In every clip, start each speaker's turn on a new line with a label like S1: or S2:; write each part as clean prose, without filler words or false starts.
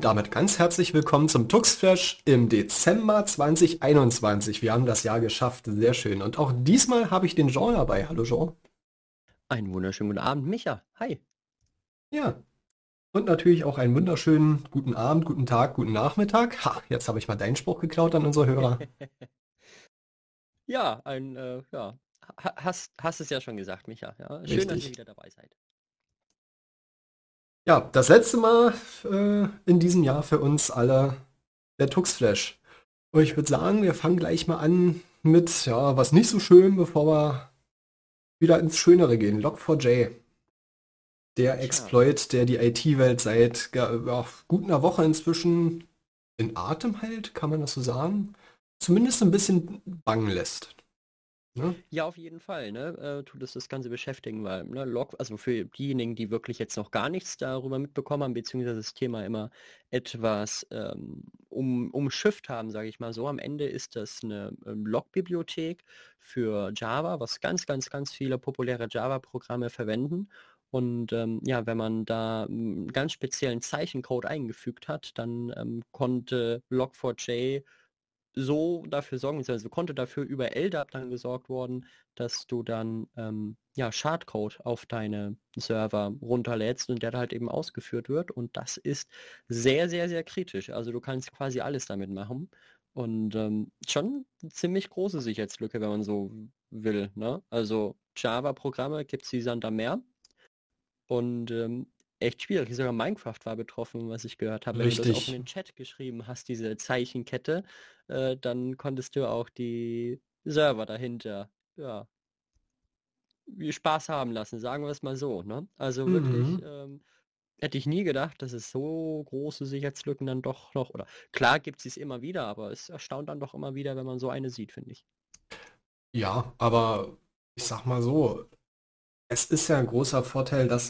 S1: und damit ganz herzlich willkommen zum Tuxflash im Dezember 2021. Wir haben das Jahr geschafft, sehr schön. Und auch diesmal habe ich den Jean dabei. Hallo Jean.
S2: Einen wunderschönen guten Abend, Micha. Hi.
S1: Ja, und natürlich auch einen wunderschönen guten Abend, guten Tag, guten Nachmittag. Ha, jetzt habe ich mal deinen Spruch geklaut an unsere Hörer.
S2: Ja, hast es ja schon gesagt, Micha. Ja, schön, dass ihr
S1: Richtig.
S2: wieder dabei seid.
S1: Ja, das letzte Mal in diesem Jahr für uns alle der Tuxflash. Und ich würde sagen, wir fangen gleich mal an mit, ja, was nicht so schön, bevor wir wieder ins Schönere gehen. Log4j. Der
S2: Tja,
S1: Exploit, der die IT-Welt seit ja, gut einer Woche inzwischen in Atem hält, kann man das so sagen? Zumindest ein bisschen bangen lässt. Ne?
S2: ja, auf jeden Fall, ne? Tut es das Ganze beschäftigen, weil, ne, also für diejenigen, die wirklich jetzt noch gar nichts darüber mitbekommen haben, beziehungsweise das Thema immer etwas umschifft haben, sage ich mal so. Am Ende ist das eine Log-Bibliothek für Java, was ganz, ganz, ganz viele populäre Java-Programme verwenden. Und ja, wenn man da einen ganz speziellen Zeichencode eingefügt hat, dann konnte Log4j so dafür sorgen, beziehungsweise konnte dafür über LDAP dann gesorgt worden, dass du dann ja, Schadcode auf deine Server runterlädst und der da halt eben ausgeführt wird. Und das ist sehr, sehr, sehr kritisch. Also du kannst quasi alles damit machen. Und schon eine ziemlich große Sicherheitslücke, wenn man so will. Ne? Also Java-Programme gibt es wie Sand am Meer. Und echt schwierig. Sogar Minecraft war betroffen, was ich gehört habe. Wenn du das auch in
S1: Richtig.
S2: den Chat geschrieben hast, diese Zeichenkette, dann konntest du auch die Server dahinter, ja, wie Spaß haben lassen, sagen wir es mal so. Ne? Also wirklich,
S1: Mhm.
S2: hätte ich nie gedacht, dass es so große Sicherheitslücken dann doch noch, oder klar gibt es immer wieder, aber es erstaunt dann doch immer wieder, wenn man so eine sieht, finde ich.
S1: Ja, aber ich sag mal so, es ist ja ein großer Vorteil, dass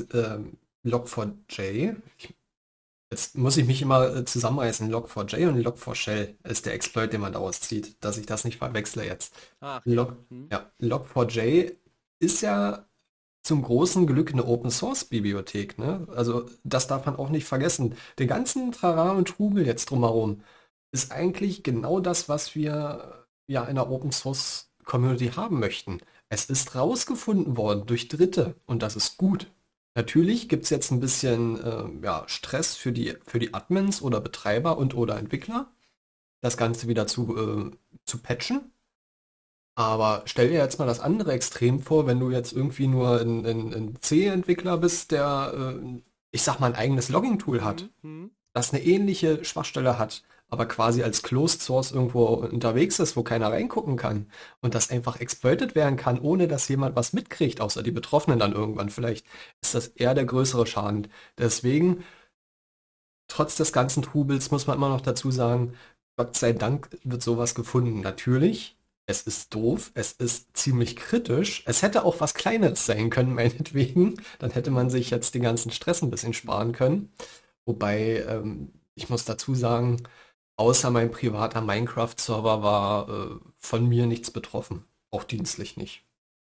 S1: Log4j, jetzt muss ich mich immer zusammenreißen, Log4j und Log4Shell ist der Exploit, den man daraus zieht, dass ich das nicht verwechsle jetzt.
S2: Ach ja.
S1: Log,
S2: Hm?
S1: ja, Log4j ist ja zum großen Glück eine Open Source Bibliothek, ne? Also das darf man auch nicht vergessen. Den ganzen Trara und Trubel jetzt drumherum ist eigentlich genau das, was wir ja in der Open Source Community haben möchten. Es ist rausgefunden worden durch Dritte und das ist gut. Natürlich gibt es jetzt ein bisschen ja, Stress für die Admins oder Betreiber und oder Entwickler, das Ganze wieder zu patchen. Aber stell dir jetzt mal das andere Extrem vor, wenn du jetzt irgendwie nur ein C-Entwickler bist, der, ich sag mal, ein eigenes Logging-Tool hat,
S2: Hm? Hm?
S1: das eine ähnliche Schwachstelle hat, aber quasi als Closed Source irgendwo unterwegs ist, wo keiner reingucken kann und das einfach exploited werden kann, ohne dass jemand was mitkriegt, außer die Betroffenen dann irgendwann vielleicht, ist das eher der größere Schaden. Deswegen, trotz des ganzen Trubels, muss man immer noch dazu sagen, Gott sei Dank wird sowas gefunden. Natürlich, es ist doof, es ist ziemlich kritisch. Es hätte auch was Kleines sein können, meinetwegen. Dann hätte man sich jetzt den ganzen Stress ein bisschen sparen können. Wobei, ich muss dazu sagen, außer mein privater Minecraft-Server war von mir nichts betroffen. Auch dienstlich nicht.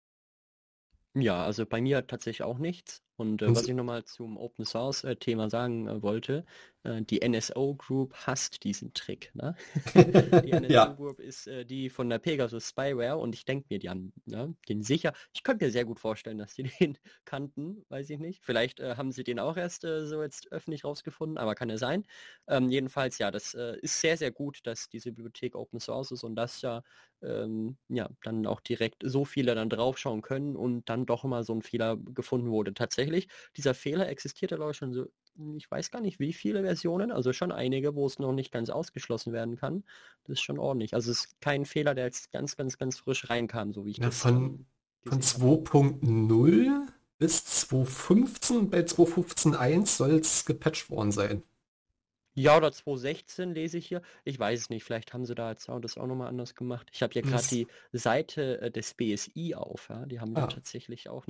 S2: Ja, also bei mir tatsächlich auch nichts. Und
S1: Und
S2: was ich nochmal zum Open Source Thema sagen wollte, die NSO Group hasst diesen Trick. Ne? Die NSO
S1: ja,
S2: Group ist die von der Pegasus Spyware und ich denke mir, die haben den sicher. Ich könnte mir sehr gut vorstellen, dass die den kannten, weiß ich nicht. Vielleicht haben sie den auch erst so jetzt öffentlich rausgefunden, aber kann ja sein. Jedenfalls, ja, das ist sehr, sehr gut, dass diese Bibliothek Open Source ist und dass ja, dann auch direkt so viele dann draufschauen können und dann doch mal so ein Fehler gefunden wurde. Tatsächlich, dieser Fehler existierte, glaube ich, schon so, ich weiß gar nicht, wie viele Versionen, also schon einige, wo es noch nicht ganz ausgeschlossen werden kann. Das ist schon ordentlich. Also es ist kein Fehler, der jetzt ganz, ganz, ganz frisch reinkam, so wie ich
S1: ja,
S2: das
S1: von
S2: gesehen habe.
S1: 2.0 bis 2.15, bei 2.15.1 soll es gepatcht worden sein.
S2: Ja, oder 2016 lese ich hier. Ich weiß es nicht, vielleicht haben sie da jetzt auch das auch nochmal anders gemacht. Ich habe hier gerade
S1: Das,
S2: die Seite des BSI auf, ja. Die haben da
S1: ah,
S2: tatsächlich auch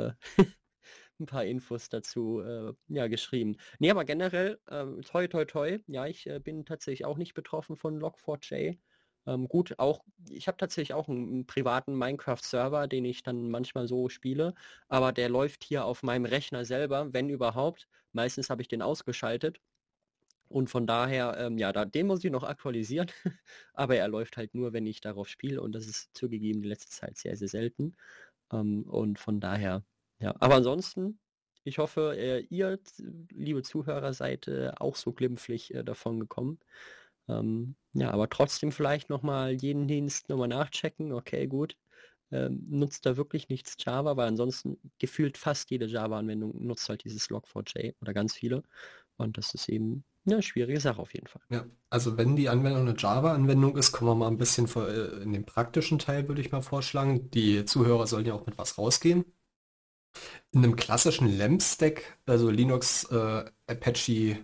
S2: ein paar Infos dazu ja, geschrieben. Nee, aber generell, toi toi toi, ja, ich bin tatsächlich auch nicht betroffen von Log4j. Gut, auch, ich habe tatsächlich auch einen privaten Minecraft-Server, den ich dann manchmal so spiele, aber der läuft hier auf meinem Rechner selber, wenn überhaupt. Meistens habe ich den ausgeschaltet Und von daher, ja, den muss ich noch aktualisieren, aber er läuft halt nur, wenn ich darauf spiele und das ist zugegeben die letzte Zeit sehr, sehr selten. Und von daher, ja. Aber ansonsten, ich hoffe, ihr, liebe Zuhörer, seid auch so glimpflich davon gekommen. Ja, aber trotzdem vielleicht nochmal jeden Dienst nochmal nachchecken. Okay, gut. Nutzt da wirklich nichts Java, weil ansonsten gefühlt fast jede Java-Anwendung nutzt halt dieses Log4j oder ganz viele. Und das ist eben eine schwierige Sache auf jeden Fall.
S1: Ja, also wenn die Anwendung eine Java-Anwendung ist, kommen wir mal ein bisschen in den praktischen Teil, würde ich mal vorschlagen. Die Zuhörer sollen ja auch mit was rausgehen. In einem klassischen LAMP-Stack, also Linux, Apache,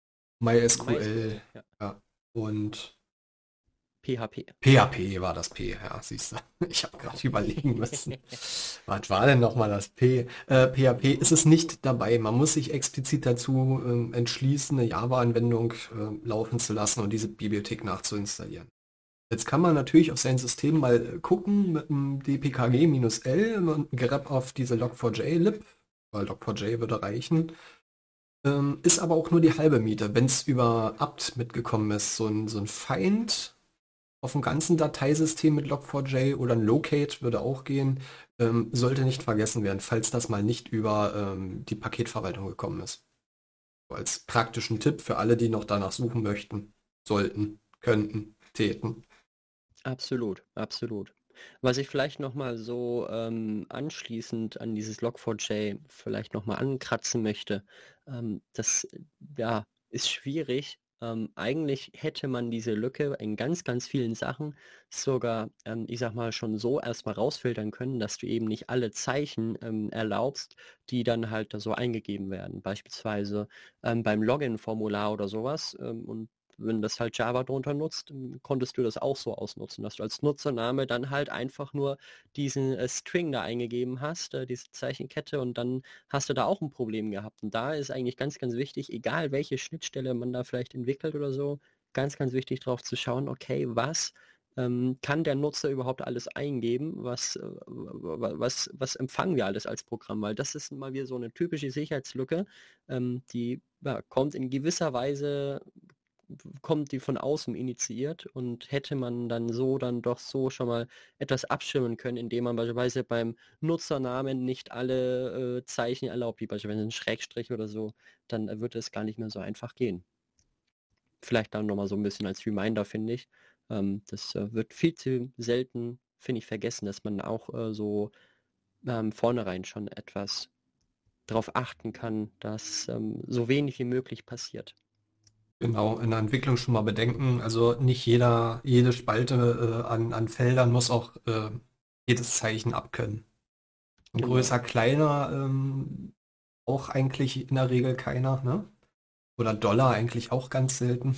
S1: MySQL,
S2: MySQL, ja.
S1: ja, und
S2: PHP.
S1: PHP war das P, ja, siehst du. Ich habe gerade überlegen müssen. Was war denn nochmal das P? PHP ist es nicht dabei. Man muss sich explizit dazu entschließen, eine Java-Anwendung laufen zu lassen und diese Bibliothek nachzuinstallieren. Jetzt kann man natürlich auf sein System mal gucken mit dem dpkg-l und grep auf diese log4j-lib, weil log4j würde reichen. Ist aber auch nur die halbe Miete. Wenn es über apt mitgekommen ist, so ein Find auf dem ganzen Dateisystem mit Log4j oder ein Locate würde auch gehen, sollte nicht vergessen werden, falls das mal nicht über die Paketverwaltung gekommen ist. So als praktischen Tipp für alle, die noch danach suchen möchten, sollten, könnten, täten.
S2: Absolut, absolut. Was ich vielleicht nochmal so anschließend an dieses Log4j vielleicht nochmal ankratzen möchte, das ja, ist schwierig. Eigentlich hätte man diese Lücke in ganz, ganz vielen Sachen sogar, ich sag mal, schon so erstmal rausfiltern können, dass du eben nicht alle Zeichen erlaubst, die dann halt da so eingegeben werden. Beispielsweise beim Login-Formular oder sowas. Und wenn das halt Java drunter nutzt, konntest du das auch so ausnutzen, dass du als Nutzername dann halt einfach nur diesen String da eingegeben hast, diese Zeichenkette und dann hast du da auch ein Problem gehabt. Und da ist eigentlich ganz, ganz wichtig, egal welche Schnittstelle man da vielleicht entwickelt oder so, ganz, ganz wichtig drauf zu schauen, okay, was kann der Nutzer überhaupt alles eingeben, was empfangen wir alles als Programm, weil das ist mal wieder so eine typische Sicherheitslücke, die ja, kommt in gewisser Weise kommt die von außen initiiert und hätte man dann so dann doch so schon mal etwas abschirmen können, indem man beispielsweise beim Nutzernamen nicht alle Zeichen erlaubt, wie beispielsweise ein Schrägstrich oder so, dann wird es gar nicht mehr so einfach gehen. Vielleicht dann nochmal so ein bisschen als Reminder, finde ich. Das wird viel zu selten, finde ich, vergessen, dass man auch so vornherein schon etwas darauf achten kann, dass so wenig wie möglich passiert.
S1: Genau, in der Entwicklung schon mal bedenken. Also nicht jede Spalte an Feldern muss auch jedes Zeichen abkönnen. Und
S2: Genau.
S1: größer, kleiner auch eigentlich in der Regel keiner, ne? Oder Dollar eigentlich auch ganz selten.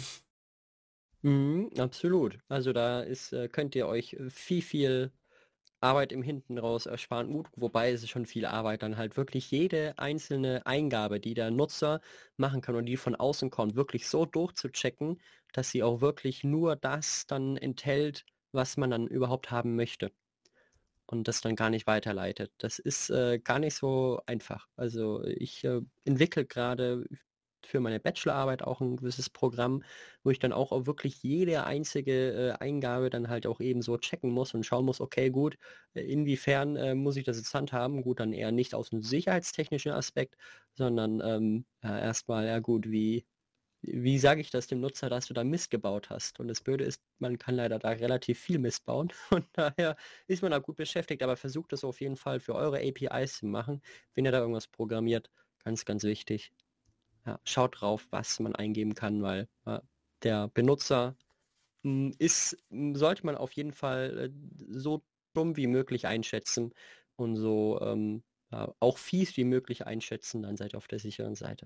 S2: Mhm, absolut. Also da ist, könnt ihr euch viel, viel Arbeit im Hinten raus ersparen. Gut, wobei es ist schon viel Arbeit, dann halt wirklich jede einzelne Eingabe, die der Nutzer machen kann und die von außen kommt, wirklich so durchzuchecken, dass sie auch wirklich nur das dann enthält, was man dann überhaupt haben möchte und das dann gar nicht weiterleitet. Das ist gar nicht so einfach. Also ich entwickle gerade für meine Bachelorarbeit auch ein gewisses Programm, wo ich dann auch wirklich jede einzige Eingabe dann halt auch eben so checken muss und schauen muss, okay, gut, inwiefern muss ich das jetzt handhaben? Gut, dann eher nicht aus einem sicherheitstechnischen Aspekt, sondern ja, erstmal, ja gut, wie sage ich das dem Nutzer, dass du da Mist gebaut hast? Und das Blöde ist, man kann leider da relativ viel Mist bauen. Von daher ist man da gut beschäftigt, aber versucht es auf jeden Fall für eure APIs zu machen, wenn ihr da irgendwas programmiert. Ganz, ganz wichtig. Ja, schaut drauf, was man eingeben kann, weil der Benutzer sollte man auf jeden Fall so dumm wie möglich einschätzen und so ja, auch fies wie möglich einschätzen, dann seid ihr auf der sicheren Seite.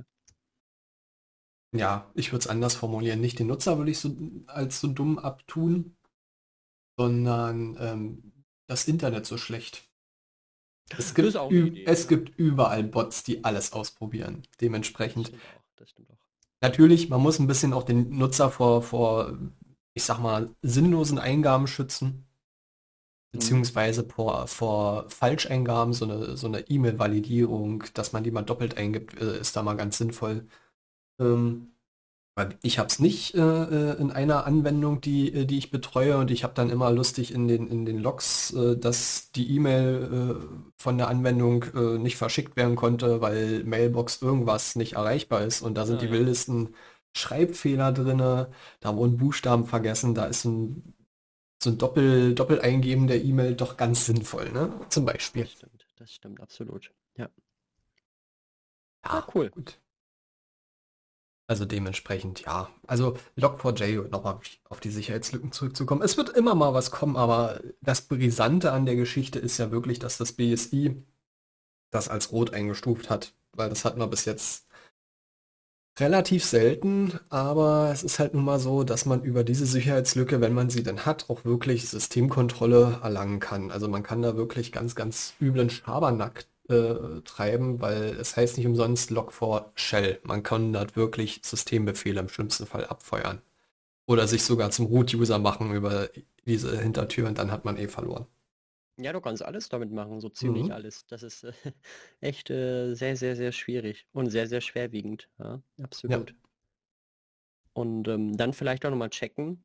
S1: Ja, ich würde es anders formulieren. Nicht den Nutzer würde ich so als so dumm abtun, sondern das Internet so schlecht.
S2: Das ist auch eine Idee,
S1: Es
S2: ja.
S1: gibt überall Bots, die alles ausprobieren.
S2: Das
S1: Dementsprechend
S2: stimmt auch, das stimmt auch.
S1: natürlich, man muss ein bisschen auch den Nutzer vor, ich sag mal, sinnlosen Eingaben schützen,
S2: Mhm.
S1: beziehungsweise vor Falscheingaben, so eine E-Mail-Validierung, dass man die mal doppelt eingibt, ist da mal ganz sinnvoll. Ähm, Weil ich habe es nicht in einer Anwendung, die ich betreue und ich habe dann immer lustig in den Logs, dass die E-Mail von der Anwendung nicht verschickt werden konnte, weil Mailbox irgendwas nicht erreichbar ist und da sind
S2: Ah
S1: die
S2: ja.
S1: wildesten Schreibfehler drinne, da wurden Buchstaben vergessen, da ist so ein Doppeleingeben der E-Mail doch ganz sinnvoll, ne? Zum Beispiel.
S2: Das stimmt absolut. Ja. Ja,
S1: Ja,
S2: cool.
S1: gut. Also dementsprechend, ja. Also Log4j, um nochmal auf die Sicherheitslücken zurückzukommen. Es wird immer mal was kommen, aber das Brisante an der Geschichte ist ja wirklich, dass das BSI das als rot eingestuft hat. Weil das hatten wir bis jetzt relativ selten, aber es ist halt nun mal so, dass man über diese Sicherheitslücke, wenn man sie denn hat, auch wirklich Systemkontrolle erlangen kann. Also man kann da wirklich ganz, ganz üblen Schabernack treiben, weil es heißt nicht umsonst Log4Shell. Man kann dort wirklich Systembefehle im schlimmsten Fall abfeuern. Oder sich sogar zum Root-User machen über diese Hintertür und dann hat man eh verloren.
S2: Ja, du kannst alles damit machen, so ziemlich
S1: Mhm.
S2: alles. Das ist echt sehr, sehr, sehr schwierig und sehr, sehr schwerwiegend. Ja,
S1: Ja.
S2: absolut. Und dann vielleicht auch nochmal checken,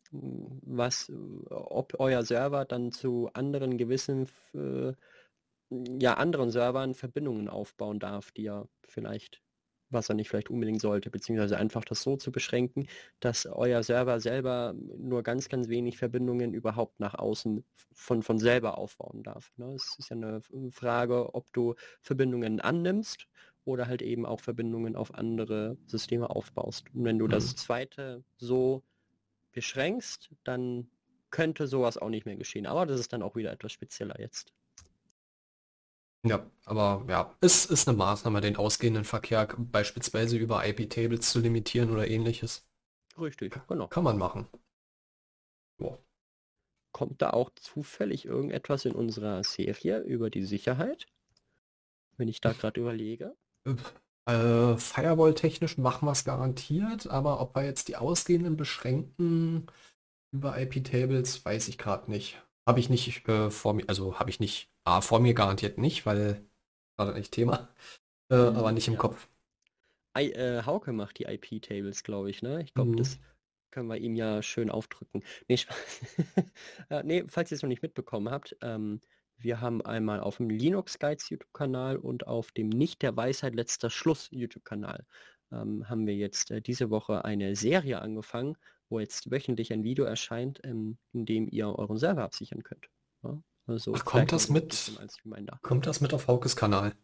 S2: ob euer Server dann zu anderen gewissen, ja, anderen Servern Verbindungen aufbauen darf, die er vielleicht, was er nicht vielleicht unbedingt sollte, beziehungsweise einfach das so zu beschränken, dass euer Server selber nur ganz, ganz wenig Verbindungen überhaupt nach außen von selber aufbauen darf. Ne? Es ist ja eine Frage, ob du Verbindungen annimmst oder halt eben auch Verbindungen auf andere Systeme aufbaust. Und wenn du das
S1: Mhm.
S2: zweite so beschränkst, dann könnte sowas auch nicht mehr geschehen. Aber das ist dann auch wieder etwas spezieller jetzt.
S1: Ja, aber ja, es ist eine Maßnahme, den ausgehenden Verkehr beispielsweise über IP-Tables zu limitieren oder ähnliches.
S2: Richtig, genau.
S1: Kann man machen. Ja.
S2: Kommt da auch zufällig irgendetwas in unserer Serie über die Sicherheit, wenn ich da gerade überlege?
S1: Firewall-technisch machen wir es garantiert, aber ob wir jetzt die ausgehenden beschränken über IP-Tables, weiß ich gerade nicht. Habe ich nicht vor mir, also habe ich nicht, vor mir garantiert nicht, weil gerade nicht Thema, aber nicht im
S2: Ja.
S1: Kopf.
S2: Hauke macht die IP-Tables, glaube ich, ne? Ich glaube,
S1: Mhm.
S2: das können wir ihm ja schön aufdrücken. Nee, nee, falls ihr es noch nicht mitbekommen habt, wir haben einmal auf dem Linux Guides YouTube-Kanal und auf dem Nicht der Weisheit letzter Schluss YouTube-Kanal haben wir jetzt diese Woche eine Serie angefangen, wo jetzt wöchentlich ein Video erscheint, in dem ihr euren Server absichern könnt. Ja? Also
S1: Ach, kommt
S2: vielleicht mal
S1: das
S2: so ein bisschen
S1: mit?
S2: als Reminder.
S1: Kommt das mit auf Haukes Kanal?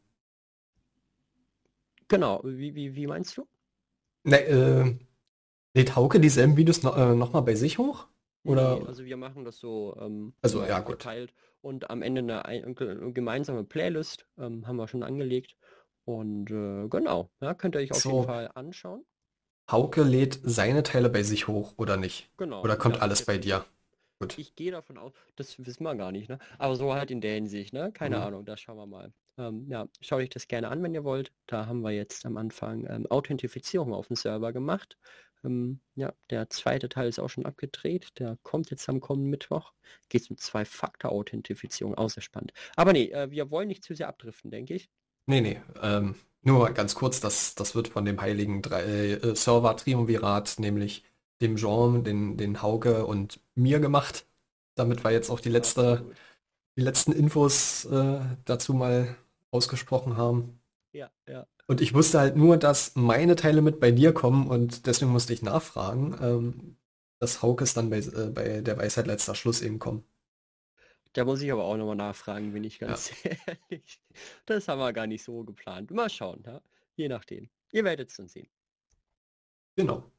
S2: Genau, wie meinst du?
S1: Ne, lädt Hauke dieselben Videos noch mal bei sich hoch?
S2: Nee,
S1: Oder?
S2: also wir machen das so
S1: Also,
S2: immer
S1: ja, gut.
S2: aufgeteilt und am Ende eine gemeinsame Playlist haben wir schon angelegt. Und genau, ja, könnt ihr euch auf jeden
S1: So,
S2: Fall anschauen.
S1: Hauke lädt seine Teile bei sich hoch oder nicht?
S2: Genau,
S1: Oder
S2: ja,
S1: kommt alles bei dir? Gut.
S2: ich gehe davon aus, das wissen wir gar nicht, ne? Aber so halt in der Hinsicht, ne? Keine
S1: Mhm.
S2: Ahnung, da schauen wir mal. Ja, schaut euch das gerne an, wenn ihr wollt. Da haben wir jetzt am Anfang Authentifizierung auf dem Server gemacht. Ja, der zweite Teil ist auch schon abgedreht. Der kommt jetzt am kommenden Mittwoch. Geht es um Zwei-Faktor-Authentifizierung, auch sehr spannend. Aber nee, wir wollen nicht zu sehr abdriften, denke ich.
S1: Nee, nee. Nur mal ganz kurz, das wird von dem heiligen Server-Triumvirat, nämlich dem Jean, den Hauke und mir gemacht, damit wir jetzt auch
S2: Absolut.
S1: die letzten Infos dazu mal ausgesprochen haben.
S2: Ja, ja.
S1: Und ich wusste halt nur, dass meine Teile mit bei dir kommen und deswegen musste ich nachfragen, dass Haukes dann bei der Weisheit letzter Schluss eben kommen.
S2: Da muss ich aber auch nochmal nachfragen, bin ich
S1: Ja,
S2: ganz ehrlich. Das haben wir gar nicht so geplant. Mal schauen, ja. Je nachdem. Ihr werdet es dann sehen.
S1: genau.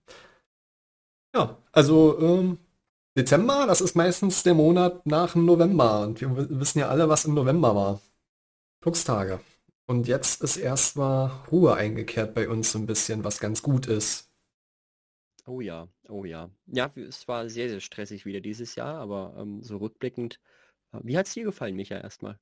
S1: Ja, also Dezember, das ist meistens der Monat nach dem November und wir wissen ja alle, was im November war. Fuchstage. Und jetzt ist erstmal Ruhe eingekehrt bei uns so ein bisschen, was ganz gut ist.
S2: Oh ja, oh ja. Ja, es war sehr, sehr stressig wieder dieses Jahr, aber so rückblickend, wie hat es dir gefallen, Micha, erstmal?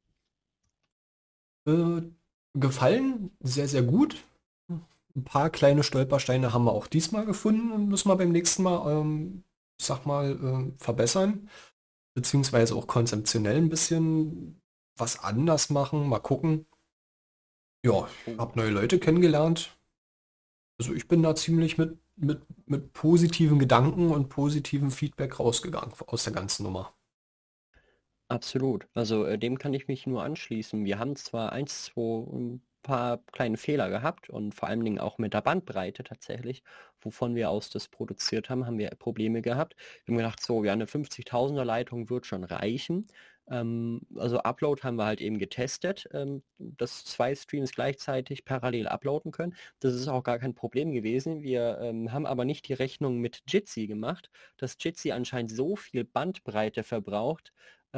S1: Äh, Gefallen, sehr, sehr gut. Ein paar kleine Stolpersteine haben wir auch diesmal gefunden und müssen wir beim nächsten Mal, ich sag mal, verbessern, beziehungsweise auch konzeptionell ein bisschen was anders machen. Mal gucken. Ja,
S2: Oh
S1: hab
S2: ja.
S1: neue Leute kennengelernt. Also ich bin da ziemlich mit positiven Gedanken und positivem Feedback rausgegangen aus der ganzen Nummer.
S2: Absolut. Also dem kann ich mich nur anschließen. Wir haben zwar ein paar kleine Fehler gehabt und vor allen Dingen auch mit der Bandbreite tatsächlich, wovon wir aus das produziert haben, haben wir Probleme gehabt. Wir haben gedacht, so, ja, eine 50.000er Leitung wird schon reichen. Also Upload haben wir halt eben getestet, dass zwei Streams gleichzeitig parallel uploaden können. Das ist auch gar kein Problem gewesen. Wir haben aber nicht die Rechnung mit Jitsi gemacht, dass Jitsi anscheinend so viel Bandbreite verbraucht,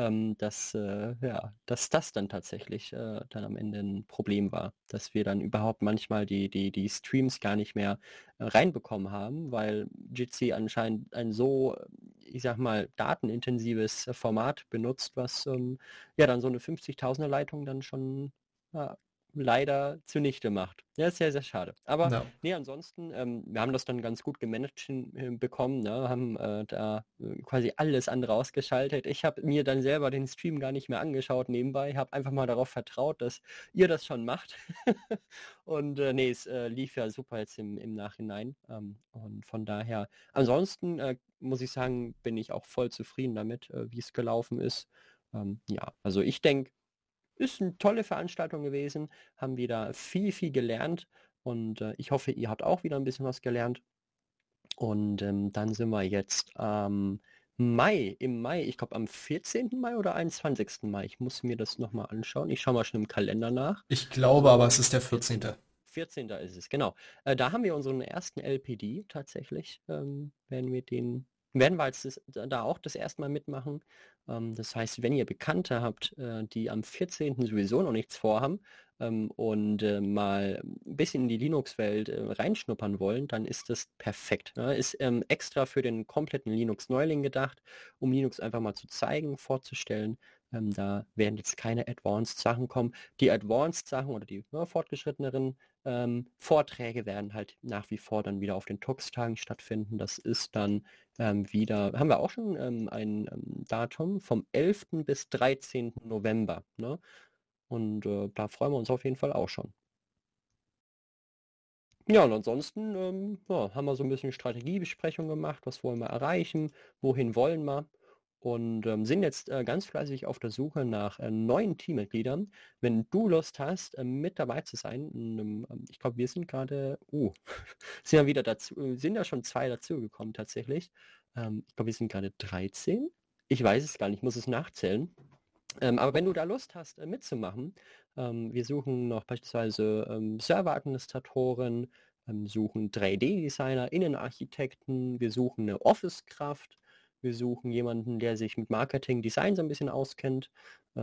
S2: dass das dann tatsächlich dann am Ende ein Problem war, dass wir dann überhaupt manchmal die Streams gar nicht mehr reinbekommen haben, weil Jitsi anscheinend ein so, ich sag mal, datenintensives Format benutzt, was ja dann so eine 50.000er Leitung dann schon ja, leider zunichte macht. Ja, ist sehr, sehr schade. Aber
S1: Ja.
S2: nee, ansonsten, wir haben das dann ganz gut gemanagt bekommen, ne? Haben da quasi alles andere ausgeschaltet. Ich habe mir dann selber den Stream gar nicht mehr angeschaut nebenbei, habe einfach mal darauf vertraut, dass ihr das schon macht. Und nee, es lief ja super jetzt im Nachhinein. Und von daher, ansonsten muss ich sagen, bin ich auch voll zufrieden damit, wie es gelaufen ist. Ja, also ich denke, ist eine tolle Veranstaltung gewesen, haben wieder viel, viel gelernt und ich hoffe, ihr habt auch wieder ein bisschen was gelernt. Und dann sind wir jetzt im Mai, ich glaube am 14. Mai oder 21. Mai. Ich muss mir das nochmal anschauen. Ich schaue mal schon im Kalender nach.
S1: Ich glaube aber, es
S2: So,
S1: ist der
S2: 14.
S1: 14.
S2: 14. ist es, genau. Da haben wir unseren ersten LPD tatsächlich. Werden wir jetzt da auch das erste Mal mitmachen. Das heißt, wenn ihr Bekannte habt, die am 14. sowieso noch nichts vorhaben und mal ein bisschen in die Linux-Welt reinschnuppern wollen, dann ist das perfekt. Ne? Ist extra für den kompletten Linux-Neuling gedacht, um Linux einfach mal zu zeigen, vorzustellen. Da werden jetzt keine Advanced-Sachen kommen. Die Advanced-Sachen oder die fortgeschritteneren Vorträge werden halt nach wie vor dann wieder auf den Tux-Tagen stattfinden. Das ist dann wieder, haben wir auch schon ein Datum vom 11. bis 13. November. Ne? Und da freuen wir uns auf jeden Fall auch schon. Ja, und ansonsten ja, haben wir so ein bisschen Strategiebesprechung gemacht, was wollen wir erreichen, wohin wollen wir und sind jetzt ganz fleißig auf der Suche nach neuen Teammitgliedern. Wenn du Lust hast, mit dabei zu sein, ich glaube, wir sind gerade, sind ja wieder dazu, sind ja schon zwei dazugekommen tatsächlich. Ich glaube, wir sind gerade 13. Ich weiß es gar nicht, muss es nachzählen. Aber wenn du da Lust hast, mitzumachen, wir suchen noch beispielsweise Serveradministratoren, suchen 3D-Designer, Innenarchitekten, wir suchen eine Office-Kraft, wir suchen jemanden, der sich mit Marketing, Design so ein bisschen auskennt.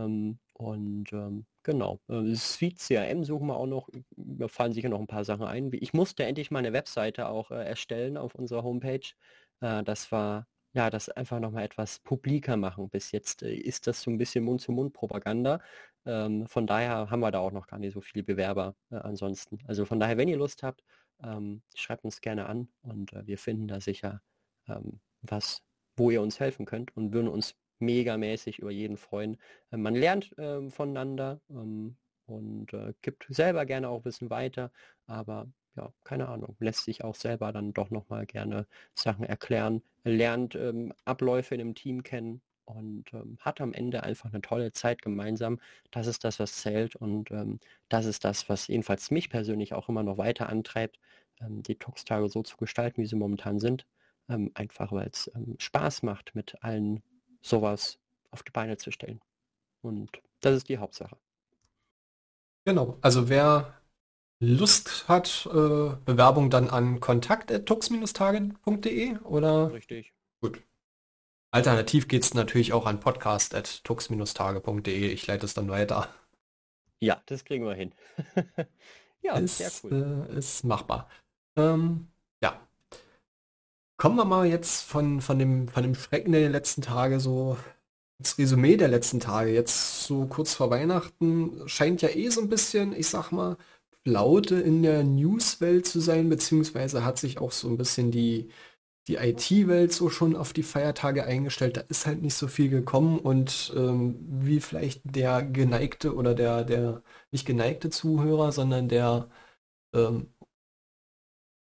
S2: Genau, Suite CRM suchen wir auch noch. Da fallen sicher noch ein paar Sachen ein. Ich musste endlich mal eine Webseite auch erstellen auf unserer Homepage. Das war ja, das einfach nochmal etwas publiker machen. Bis jetzt ist das so ein bisschen Mund-zu-Mund-Propaganda. Von daher haben wir da auch noch gar nicht so viele Bewerber ansonsten. Also von daher, wenn ihr Lust habt, schreibt uns gerne an und wir finden da sicher was, wo ihr uns helfen könnt und würden uns megamäßig über jeden freuen. Man lernt voneinander und gibt selber gerne auch Wissen weiter, aber ja, keine Ahnung, lässt sich auch selber dann doch nochmal gerne Sachen erklären, lernt Abläufe in einem Team kennen und hat am Ende einfach eine tolle Zeit gemeinsam. Das ist das, was zählt und das ist das, was jedenfalls mich persönlich auch immer noch weiter antreibt, die Tux-Tage so zu gestalten, wie sie momentan sind. Einfach weil es Spaß macht, mit allen sowas auf die Beine zu stellen. Und das ist die Hauptsache.
S1: Genau. Also wer Lust hat, Bewerbung dann an kontakt@tux-tagen.de oder
S2: Richtig.
S1: gut. Alternativ geht es natürlich auch an podcast@tux-tage.de. Ich leite es dann weiter.
S2: Ja, das kriegen wir hin. Ja, sehr
S1: Ist,
S2: cool.
S1: ist machbar. Ja, kommen wir mal jetzt von dem Schrecken der letzten Tage so ins Resümee der letzten Tage. Jetzt so kurz vor Weihnachten scheint ja eh so ein bisschen, ich sag mal, Flaute in der Newswelt zu sein, beziehungsweise hat sich auch so ein bisschen die IT-Welt so schon auf die Feiertage eingestellt. Da ist halt nicht so viel gekommen und wie vielleicht der geneigte oder der nicht geneigte Zuhörer, sondern der ähm,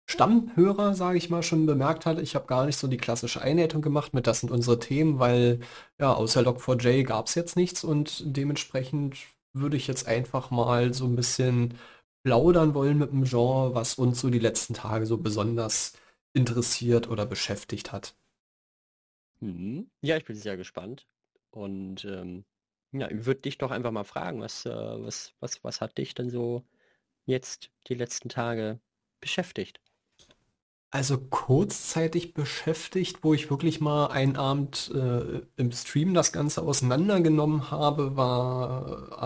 S1: Stammhörer, sage ich mal, schon bemerkt hat, ich habe gar nicht so die klassische Einleitung gemacht mit das sind unsere Themen, weil ja, außer Log4j gab es jetzt nichts und dementsprechend würde ich jetzt einfach mal so ein bisschen plaudern wollen mit dem Genre, was uns so die letzten Tage so besonders interessiert oder beschäftigt hat.
S2: Mhm. Ja, ich bin sehr gespannt. Und ja, ich würde dich doch einfach mal fragen, was hat dich denn so jetzt die letzten Tage beschäftigt?
S1: Also kurzzeitig beschäftigt, wo ich wirklich mal einen Abend im Stream das Ganze auseinandergenommen habe, war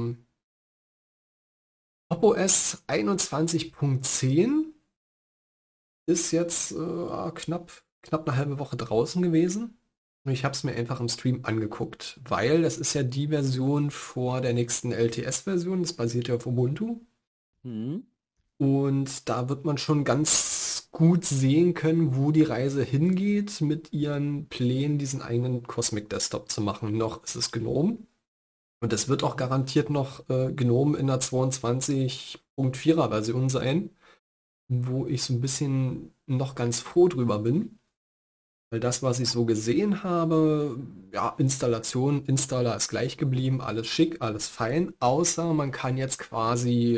S1: OS 21.10 ist jetzt knapp eine halbe Woche draußen gewesen. Und ich habe es mir einfach im Stream angeguckt, weil das ist ja die Version vor der nächsten LTS-Version, das basiert ja auf Ubuntu.
S2: Mhm.
S1: Und da wird man schon ganz gut sehen können, wo die Reise hingeht mit ihren Plänen, diesen eigenen Cosmic Desktop zu machen. Noch ist es GNOME. Und es wird auch garantiert noch GNOME in der 22.4er Version sein, wo ich so ein bisschen noch ganz froh drüber bin. Weil das, was ich so gesehen habe, ja, Installation, Installer ist gleich geblieben, alles schick, alles fein, außer man kann jetzt quasi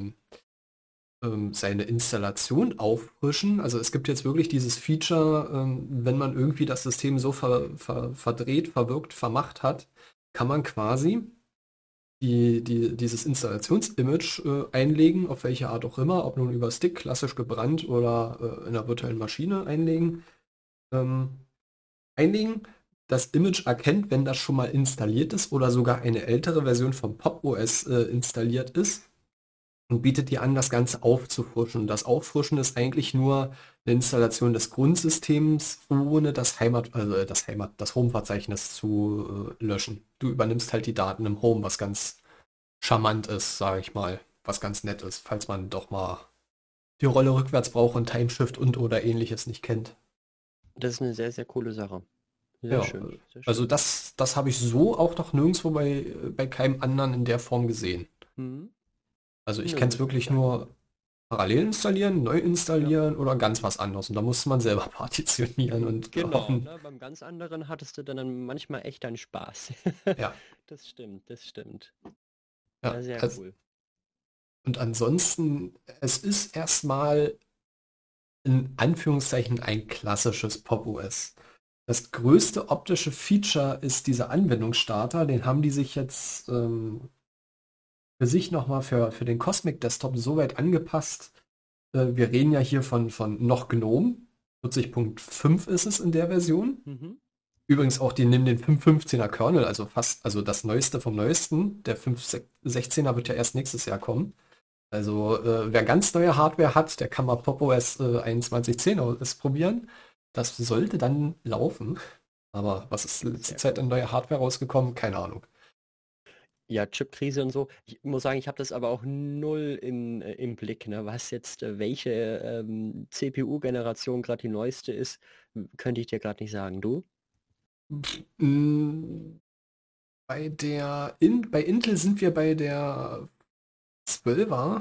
S1: seine Installation auffrischen. Also es gibt jetzt wirklich dieses Feature, wenn man irgendwie das System so verdreht, verwirkt, vermacht hat, kann man quasi dieses Installationsimage einlegen, auf welche Art auch immer, ob nun über Stick, klassisch gebrannt oder in einer virtuellen Maschine ähm, einlegen. Das Image erkennt, wenn das schon mal installiert ist oder sogar eine ältere Version von Pop OS installiert ist und bietet dir an, das Ganze aufzufrischen. Das Auffrischen ist eigentlich nur eine Installation des Grundsystems, ohne das Home-Verzeichnis zu löschen. Du übernimmst halt die Daten im Home, was ganz charmant ist, sage ich mal, was ganz nett ist, falls man doch mal die Rolle rückwärts braucht und Timeshift und oder ähnliches nicht kennt.
S2: Das ist eine sehr, sehr coole Sache. Sehr
S1: Ja,
S2: schön, sehr
S1: also
S2: schön.
S1: das habe ich so auch noch nirgendwo bei keinem anderen in der Form gesehen.
S2: Mhm.
S1: Also ich
S2: Ja,
S1: kenne
S2: so
S1: es
S2: ist
S1: wirklich
S2: nämlich einfach.
S1: nur parallel installieren, neu
S2: Ja.
S1: installieren oder ganz was anderes. Und da musste man selber partitionieren und
S2: Genau,
S1: hoffen.
S2: ne? Beim ganz anderen hattest du dann manchmal echt deinen Spaß.
S1: Ja,
S2: Das stimmt, das stimmt. Ja,
S1: ja.
S2: sehr
S1: Also,
S2: cool.
S1: und ansonsten, es ist erstmal in Anführungszeichen ein klassisches Pop-OS. Das größte optische Feature ist dieser Anwendungsstarter. Den haben die sich jetzt für sich nochmal für den Cosmic Desktop so weit angepasst. Wir reden ja hier von noch GNOME. 40.5 ist es in der Version.
S2: Mhm.
S1: Übrigens auch die nehmen den 5.15er Kernel, also fast, also das Neueste vom Neuesten. Der 5.16er wird ja erst nächstes Jahr kommen. Also wer ganz neue Hardware hat, der kann mal Pop OS 21.10 ausprobieren. Das sollte dann laufen. Aber was ist letzte
S2: Sehr
S1: Zeit an
S2: cool.
S1: neuer Hardware rausgekommen? Keine Ahnung.
S2: Ja, Chipkrise und so. Ich muss sagen, ich habe das aber auch null im Blick, ne? Was jetzt, welche CPU-Generation gerade die neueste ist, könnte ich dir gerade nicht sagen. Du?
S1: Mm, bei Intel sind wir bei der 12er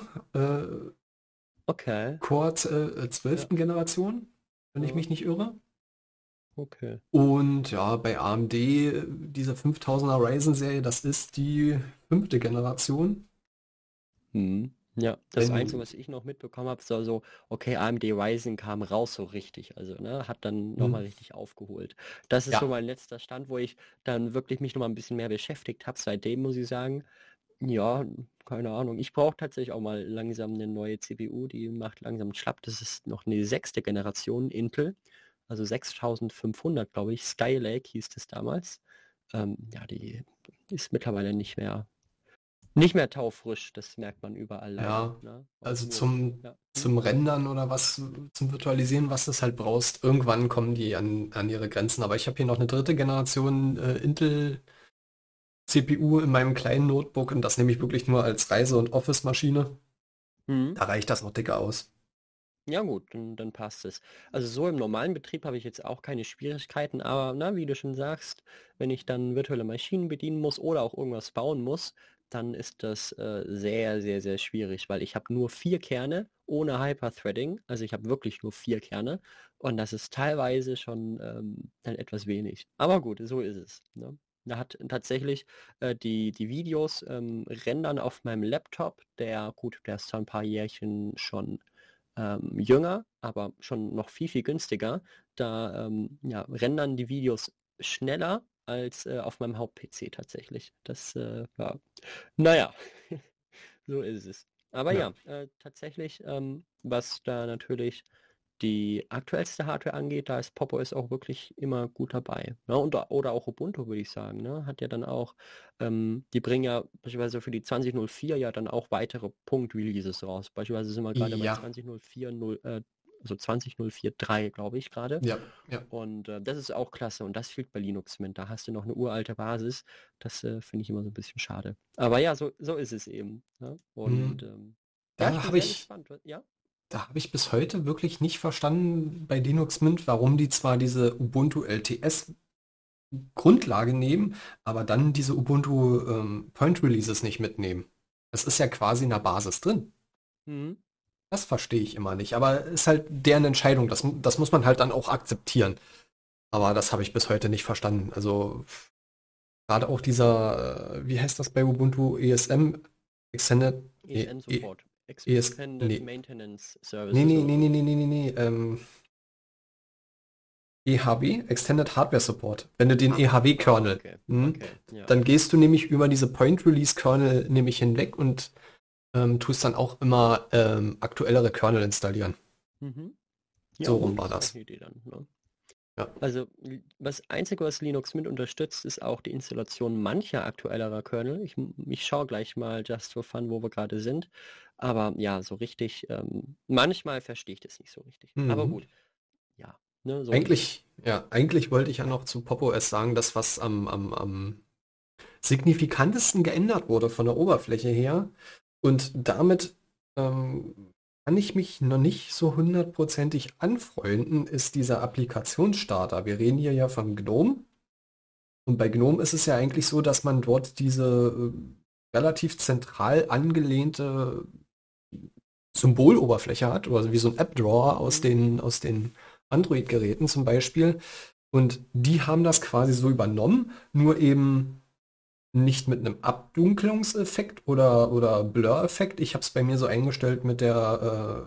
S2: Okay.
S1: Core
S2: Ja.
S1: 12. Generation, wenn ich
S2: Ja.
S1: mich nicht irre.
S2: Okay.
S1: Und ja, bei AMD, diese 5000er Ryzen-Serie, das ist die 5. Generation.
S2: Mhm. Ja, das Einzige,
S1: Wenn,
S2: was ich noch mitbekommen habe, war so, okay, AMD Ryzen kam raus so richtig, also ne, hat dann
S1: hm,
S2: nochmal richtig aufgeholt. Das ist so
S1: ja,
S2: mein letzter Stand, wo ich dann wirklich mich nochmal ein bisschen mehr beschäftigt habe. Seitdem muss ich sagen, ja, keine Ahnung. Ich brauche tatsächlich auch mal langsam eine neue CPU, die macht langsam schlapp. Das ist noch eine 6. Generation Intel, also 6500, glaube ich. Skylake hieß es damals. Ja, die ist mittlerweile nicht mehr taufrisch, das merkt man überall leider.
S1: ja,
S2: Ne? Auch
S1: also
S2: nur, ja.
S1: zum Rendern oder was, zum Virtualisieren, was du halt brauchst, irgendwann kommen die an ihre Grenzen. Aber ich habe hier noch eine 3. Generation Intel CPU in meinem kleinen Notebook und das nehme ich wirklich nur als Reise- und Office-Maschine.
S2: Mhm.
S1: Da reicht das noch dicker aus.
S2: Ja gut, dann passt es. Also so im normalen Betrieb habe ich jetzt auch keine Schwierigkeiten, aber na, wie du schon sagst, wenn ich dann virtuelle Maschinen bedienen muss oder auch irgendwas bauen muss, dann ist das sehr, sehr, sehr schwierig, weil ich habe nur 4 Kerne ohne Hyperthreading. Also ich habe wirklich nur 4 Kerne und das ist teilweise schon dann etwas wenig. Aber gut, so ist es. Ne? Da hat tatsächlich die Videos rendern auf meinem Laptop, der ist zwar ein paar Jährchen schon jünger, aber schon noch viel, viel günstiger. Da ja, rendern die Videos schneller als auf meinem Haupt-PC tatsächlich. Ja, naja, so ist es. Aber
S1: Ja.
S2: ja, tatsächlich, was da natürlich die aktuellste Hardware angeht, da ist Popo ist auch wirklich immer gut dabei. Ne? Oder auch Ubuntu, würde ich sagen. Ne? Hat ja dann auch, die bringen ja beispielsweise für die 2004 ja dann auch weitere Punkt-Releases raus. Beispielsweise sind wir gerade bei
S1: Ja,
S2: 2004, also 20.04.3, glaube ich, gerade.
S1: ja, ja.
S2: Und das ist auch klasse und das fehlt bei Linux Mint. Da hast du noch eine uralte Basis. Das finde ich immer so ein bisschen schade. Aber ja, so ist es eben. Ne? Und
S1: Hm.
S2: ja, ich
S1: Da
S2: bin
S1: habe
S2: sehr
S1: ich,
S2: gespannt. Ja?
S1: da habe ich bis heute wirklich nicht verstanden bei Linux Mint, warum die zwar diese Ubuntu LTS Grundlage nehmen, aber dann diese Ubuntu Point Releases nicht mitnehmen. Es ist ja quasi in der Basis drin.
S2: Mhm.
S1: Das verstehe ich immer nicht, aber ist halt deren Entscheidung. Das muss man halt dann auch akzeptieren. Aber das habe ich bis heute nicht verstanden. Also gerade auch dieser, wie heißt das bei Ubuntu? ESM? Extended? Nee,
S2: ESN Support.
S1: Nee.
S2: Extended Maintenance
S1: Nee,
S2: Services
S1: nee,
S2: oder
S1: nee, nee,
S2: so.
S1: nee, nee, nee, nee. EHW, Extended Hardware Support. Wenn du den EHW-Kernel,
S2: Okay.
S1: hm,
S2: Okay, ja.
S1: dann gehst du nämlich über diese Point-Release-Kernel nämlich hinweg und tust dann auch immer aktuellere Kernel installieren.
S2: Mhm. Ja,
S1: So rum
S2: gut,
S1: war
S2: ist vielleicht
S1: das.
S2: eine Idee dann. Ne?
S1: Ja.
S2: Also, das Einzige, was Linux mit unterstützt, ist auch die Installation mancher aktuellerer Kernel. Ich schaue gleich mal just for fun, wo wir gerade sind. Aber ja, so richtig, manchmal verstehe ich das nicht so richtig. Aber
S1: Mhm.
S2: gut, ja, ne, so ist es.
S1: Eigentlich wollte ich ja noch zu Pop! OS sagen, dass was am signifikantesten geändert wurde von der Oberfläche her. Und damit ähm, kann ich mich noch nicht so hundertprozentig anfreunden, ist dieser Applikationsstarter. Wir reden hier ja von GNOME. Und bei GNOME ist es ja eigentlich so, dass man dort diese relativ zentral angelehnte Symboloberfläche hat, oder wie so ein App-Drawer
S2: Mhm.
S1: aus den Android-Geräten zum Beispiel. Und die haben das quasi so übernommen, nur eben nicht mit einem Abdunklungseffekt oder Blur-Effekt. Ich habe es bei mir so eingestellt mit der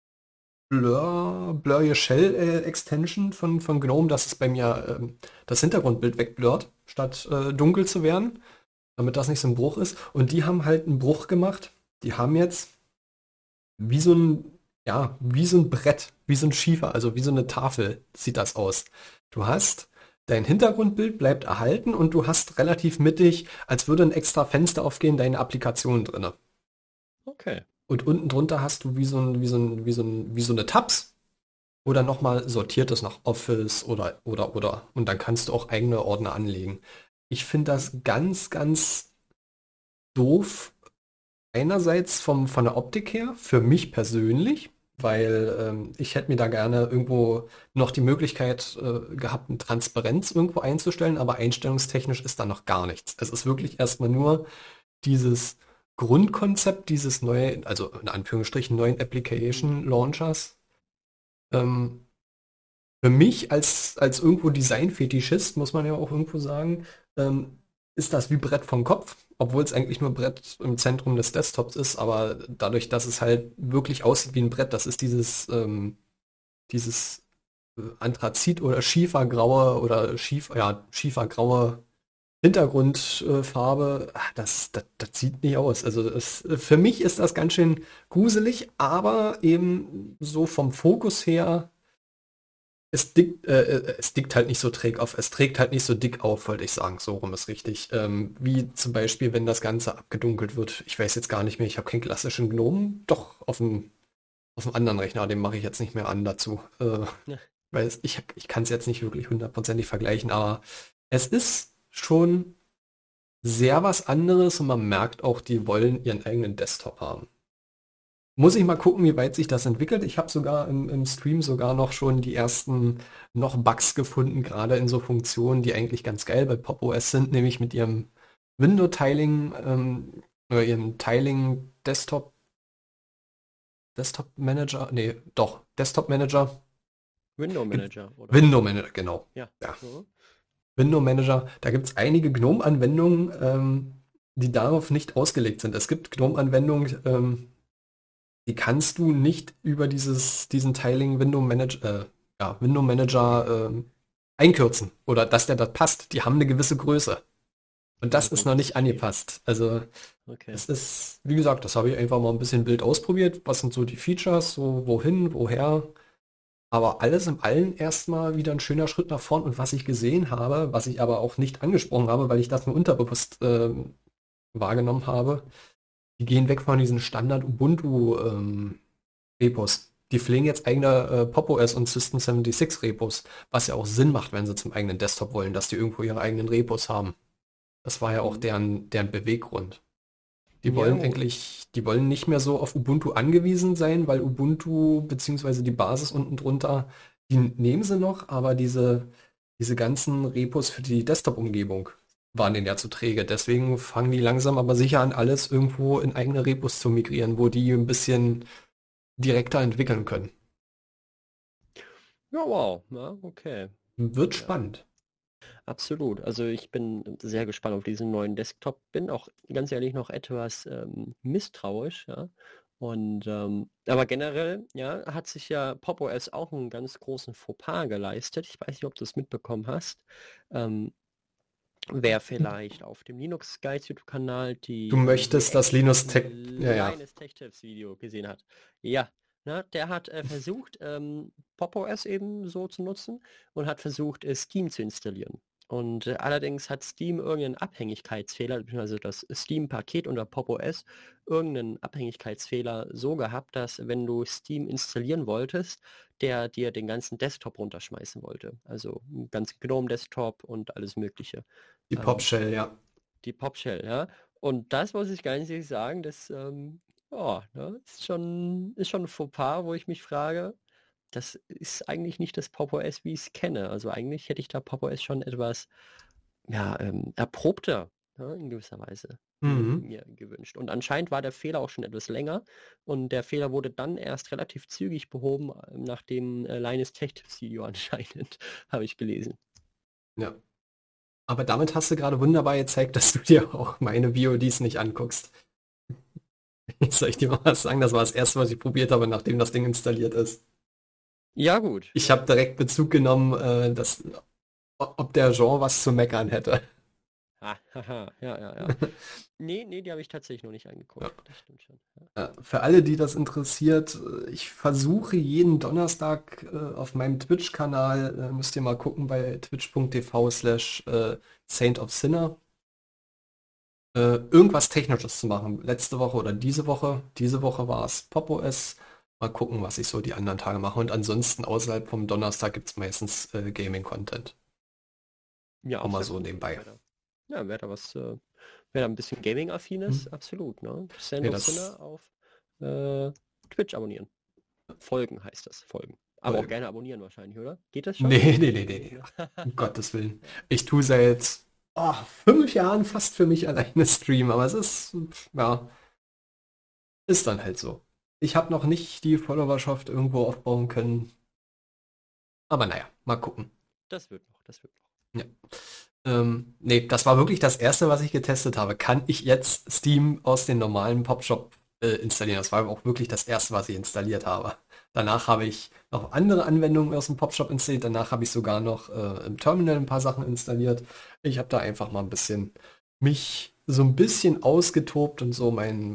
S1: Blur Your Shell Extension von GNOME, dass es bei mir das Hintergrundbild wegblurrt, statt dunkel zu werden, damit das nicht so ein Bruch ist. Und die haben halt einen Bruch gemacht. Die haben jetzt wie so ein, ja, wie so ein Brett, wie so ein Schiefer, also wie so eine Tafel sieht das aus. Du hast dein Hintergrundbild bleibt erhalten und du hast relativ mittig, als würde ein extra Fenster aufgehen, deine Applikation drinne.
S2: Okay.
S1: Und unten drunter hast du wie so eine Tabs oder nochmal sortiertes nach Office oder. Und dann kannst du auch eigene Ordner anlegen. Ich finde
S2: Mhm.
S1: das ganz doof. Einerseits von der Optik her, für mich persönlich, weil ich hätte mir da gerne irgendwo noch die Möglichkeit gehabt, eine Transparenz irgendwo einzustellen, aber einstellungstechnisch ist da noch gar nichts. Es ist wirklich erstmal nur dieses Grundkonzept dieses neuen, also in Anführungsstrichen neuen
S2: Mhm.
S1: Application
S2: Mhm.
S1: Launchers. Ähm, für mich als irgendwo Design-Fetischist, muss man ja auch irgendwo sagen, ähm, ist das wie Brett vom Kopf, obwohl es eigentlich nur Brett im Zentrum des Desktops ist, aber dadurch, dass es halt wirklich aussieht wie ein Brett, das ist dieses Anthrazit oder schiefergraue oder schiefergraue Hintergrundfarbe, das sieht nicht aus. Also für mich ist das ganz schön gruselig, aber eben so vom Fokus her es dickt halt nicht so träg auf, es trägt halt nicht so dick auf, wollte ich sagen, so rum ist richtig. Wie zum Beispiel, wenn das Ganze abgedunkelt wird. Ich weiß jetzt gar nicht mehr, ich habe keinen klassischen Gnom, doch auf dem anderen Rechner, den mache ich jetzt nicht mehr an dazu.
S2: Ja.
S1: Weil ich kann es jetzt nicht wirklich hundertprozentig vergleichen, aber es ist schon sehr was anderes und man merkt auch, die wollen ihren eigenen Desktop haben. Muss ich mal gucken, wie weit sich das entwickelt. Ich habe sogar im Stream sogar noch schon die ersten noch Bugs gefunden, gerade in so Funktionen, die eigentlich ganz geil bei Pop! OS sind, nämlich mit ihrem Window-Tiling oder ihrem Tiling-Desktop. Desktop Manager, nee, doch, Desktop Manager,
S2: Window Manager, oder?
S1: Window Manager, genau.
S2: Ja.
S1: Ja,
S2: Mhm.
S1: Window Manager, da gibt es einige GNOME-Anwendungen, die darauf nicht ausgelegt sind. Es gibt GNOME-Anwendungen, die kannst du nicht über diesen Tiling Window Manager einkürzen oder dass der da passt. Die haben eine gewisse Größe. Und
S2: Ja
S1: das ist
S2: gut,
S1: noch
S2: das
S1: nicht
S2: ist schwierig.
S1: angepasst. Also
S2: Okay.
S1: es ist, wie gesagt, das habe ich einfach mal ein bisschen Bild ausprobiert. Was sind so die Features, so wohin, woher. Aber alles im Allen erstmal wieder ein schöner Schritt nach vorn. Und was ich gesehen habe, was ich aber auch nicht angesprochen habe, weil ich das nur unterbewusst wahrgenommen habe, die gehen weg von diesen Standard Ubuntu Repos. Die pflegen jetzt eigene Pop! OS und System 76 Repos, was ja auch Sinn macht, wenn sie zum eigenen Desktop wollen, dass die irgendwo ihre eigenen Repos haben. Das war ja auch
S2: Mhm.
S1: deren Beweggrund.
S2: Ja gut.
S1: Die wollen nicht mehr so auf Ubuntu angewiesen sein, weil Ubuntu beziehungsweise die Basis unten drunter, die nehmen sie noch, aber diese ganzen Repos für die Desktop-Umgebung waren denen ja zu träge. Deswegen fangen die langsam aber sicher an, alles irgendwo in eigene Repos zu migrieren, wo die ein bisschen direkter entwickeln können.
S2: Ja, wow. Ja, okay.
S1: Wird
S2: Ja.
S1: spannend.
S2: Absolut. Also ich bin sehr gespannt auf diesen neuen Desktop. Bin auch ganz ehrlich noch etwas misstrauisch, ja. Und aber generell, ja, hat sich ja Pop! OS auch einen ganz großen Fauxpas geleistet. Ich weiß nicht, ob du es mitbekommen hast. Ähm, Wer vielleicht auf dem Linux Guide YouTube-Kanal
S1: Du
S2: die
S1: möchtest das Linus
S2: Reaction
S1: Tech, ja, ja.
S2: Linus Tech Tips Video gesehen hat. Ja, ne, der hat versucht, Pop! OS eben so zu nutzen und hat versucht, Steam zu installieren. Und allerdings hat Steam irgendeinen Abhängigkeitsfehler, beziehungsweise das Steam-Paket unter Pop! OS irgendeinen Abhängigkeitsfehler so gehabt, dass wenn du Steam installieren wolltest, der dir den ganzen Desktop runterschmeißen wollte. Also einen ganzen GNOME-Desktop und alles Mögliche.
S1: Die
S2: Ähm,
S1: Popshell, ja.
S2: die Popshell, ja. Und das muss ich ganz ehrlich sagen, das ja, ne, ist schon ein Fauxpas, wo ich mich frage, das ist eigentlich nicht das Pop! OS, wie ich es kenne. Also eigentlich hätte ich da Pop! OS schon etwas ja, erprobter, ne, in gewisser Weise
S1: Mhm.
S2: mir gewünscht. Und anscheinend war der Fehler auch schon etwas länger und der Fehler wurde dann erst relativ zügig behoben, nach dem Linus Tech Tips Video anscheinend, habe ich gelesen.
S1: Ja. Aber damit hast du gerade wunderbar gezeigt, dass du dir auch meine VODs nicht anguckst. Jetzt soll ich dir mal was sagen? Das war das erste, was ich probiert habe, nachdem das Ding installiert ist.
S2: Ja gut,
S1: Ich
S2: ja.
S1: habe direkt Bezug genommen, ob der Jean was zu meckern hätte.
S2: Ah, haha, ja, ja, ja. Nee, nee, die habe ich tatsächlich noch nicht
S1: Ja.
S2: angeguckt. Das stimmt schon. Ja.
S1: Für alle, die das interessiert, ich versuche jeden Donnerstag auf meinem Twitch-Kanal, müsst ihr mal gucken bei twitch.tv/, Saint of Sinner, irgendwas Technisches zu machen. Letzte Woche oder diese Woche war es Pop! OS. Mal gucken, was ich so die anderen Tage mache. Und ansonsten außerhalb vom Donnerstag gibt es meistens Gaming-Content.
S2: Ja,
S1: Auch
S2: auch
S1: mal
S2: sehr
S1: so
S2: cool.
S1: nebenbei.
S2: Wer da was, wer da ein bisschen Gaming-affin
S1: Hm?
S2: ist, absolut, ne? Sand
S1: Nee,
S2: of Sinner
S1: das
S2: auf Twitch abonnieren. Folgen heißt das, Folgen. Aber auch
S1: Folgen.
S2: gerne abonnieren wahrscheinlich, oder? Geht das schon?
S1: Nee, nee, nee,
S2: Wahrscheinlich
S1: nee,
S2: nicht,
S1: nee.
S2: ne?
S1: Um Gottes Willen.
S2: Ja.
S1: Ich tue seit 5 Jahren fast für mich alleine streamen, aber es ist, ja, ist dann halt so. Ich habe noch nicht die Followerschaft irgendwo aufbauen können. Aber naja, mal gucken.
S2: Das wird noch, das wird noch.
S1: Ja. Nee, das war wirklich das erste, was ich getestet habe. Kann ich jetzt Steam aus dem normalen Popshop installieren? Das war auch wirklich das erste, was ich installiert habe. Danach habe ich noch andere Anwendungen aus dem Popshop installiert. Danach habe ich sogar noch im Terminal ein paar Sachen installiert. Ich habe da einfach mal ein bisschen mich so ein bisschen ausgetobt und so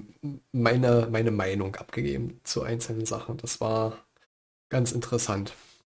S1: meine Meinung abgegeben zu einzelnen Sachen. Das war ganz interessant.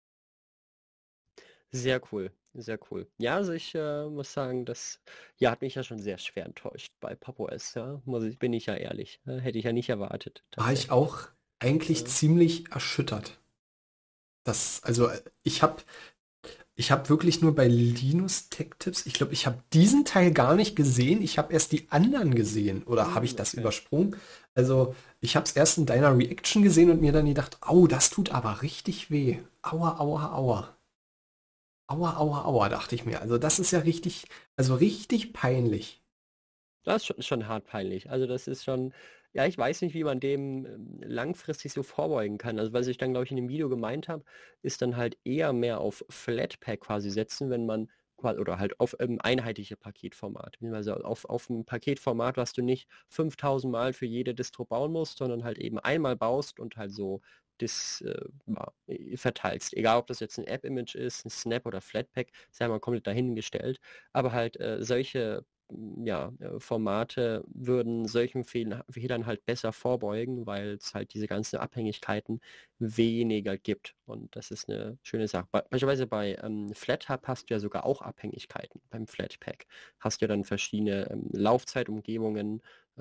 S2: Sehr cool, sehr cool. Ja, also ich muss sagen, das ja, hat mich ja schon sehr schwer enttäuscht bei Pop! OS, ja. Bin ich ja ehrlich. Hätte ich ja nicht erwartet,
S1: War ich
S2: tatsächlich.
S1: auch eigentlich
S2: Ja.
S1: ziemlich erschüttert. Also ich hab wirklich nur bei Linus Tech Tips, ich glaube, ich habe diesen Teil gar nicht gesehen. Ich habe erst die anderen gesehen. Oder habe ich
S2: Hm,
S1: das
S2: okay.
S1: übersprungen? Also ich habe es erst in deiner Reaction gesehen und mir dann gedacht, au, das tut aber richtig weh. Aua, aua, aua. Aua, aua, aua, dachte ich mir. Also das ist ja richtig, also richtig peinlich.
S2: Das ist schon hart peinlich. Also das ist schon. Ja, ich weiß nicht, wie man dem langfristig so vorbeugen kann. Also was ich dann, glaube ich, in dem Video gemeint habe, ist dann halt eher mehr auf Flatpak quasi setzen, wenn man oder halt auf einheitliche Paketformat. Also auf ein Paketformat, was du nicht 5000 Mal für jede Distro bauen musst, sondern halt eben einmal baust und halt so das ja, verteilst. Egal, ob das jetzt ein App-Image ist, ein Snap oder Flatpak, ist ja mal komplett dahingestellt. Aber halt solche ja, Formate würden solchen Fehlern halt besser vorbeugen, weil es halt diese ganzen Abhängigkeiten weniger gibt. Und das ist eine schöne Sache. Beispielsweise bei FlatHub hast du ja sogar auch Abhängigkeiten. Beim Flatpak hast du ja dann verschiedene Laufzeitumgebungen,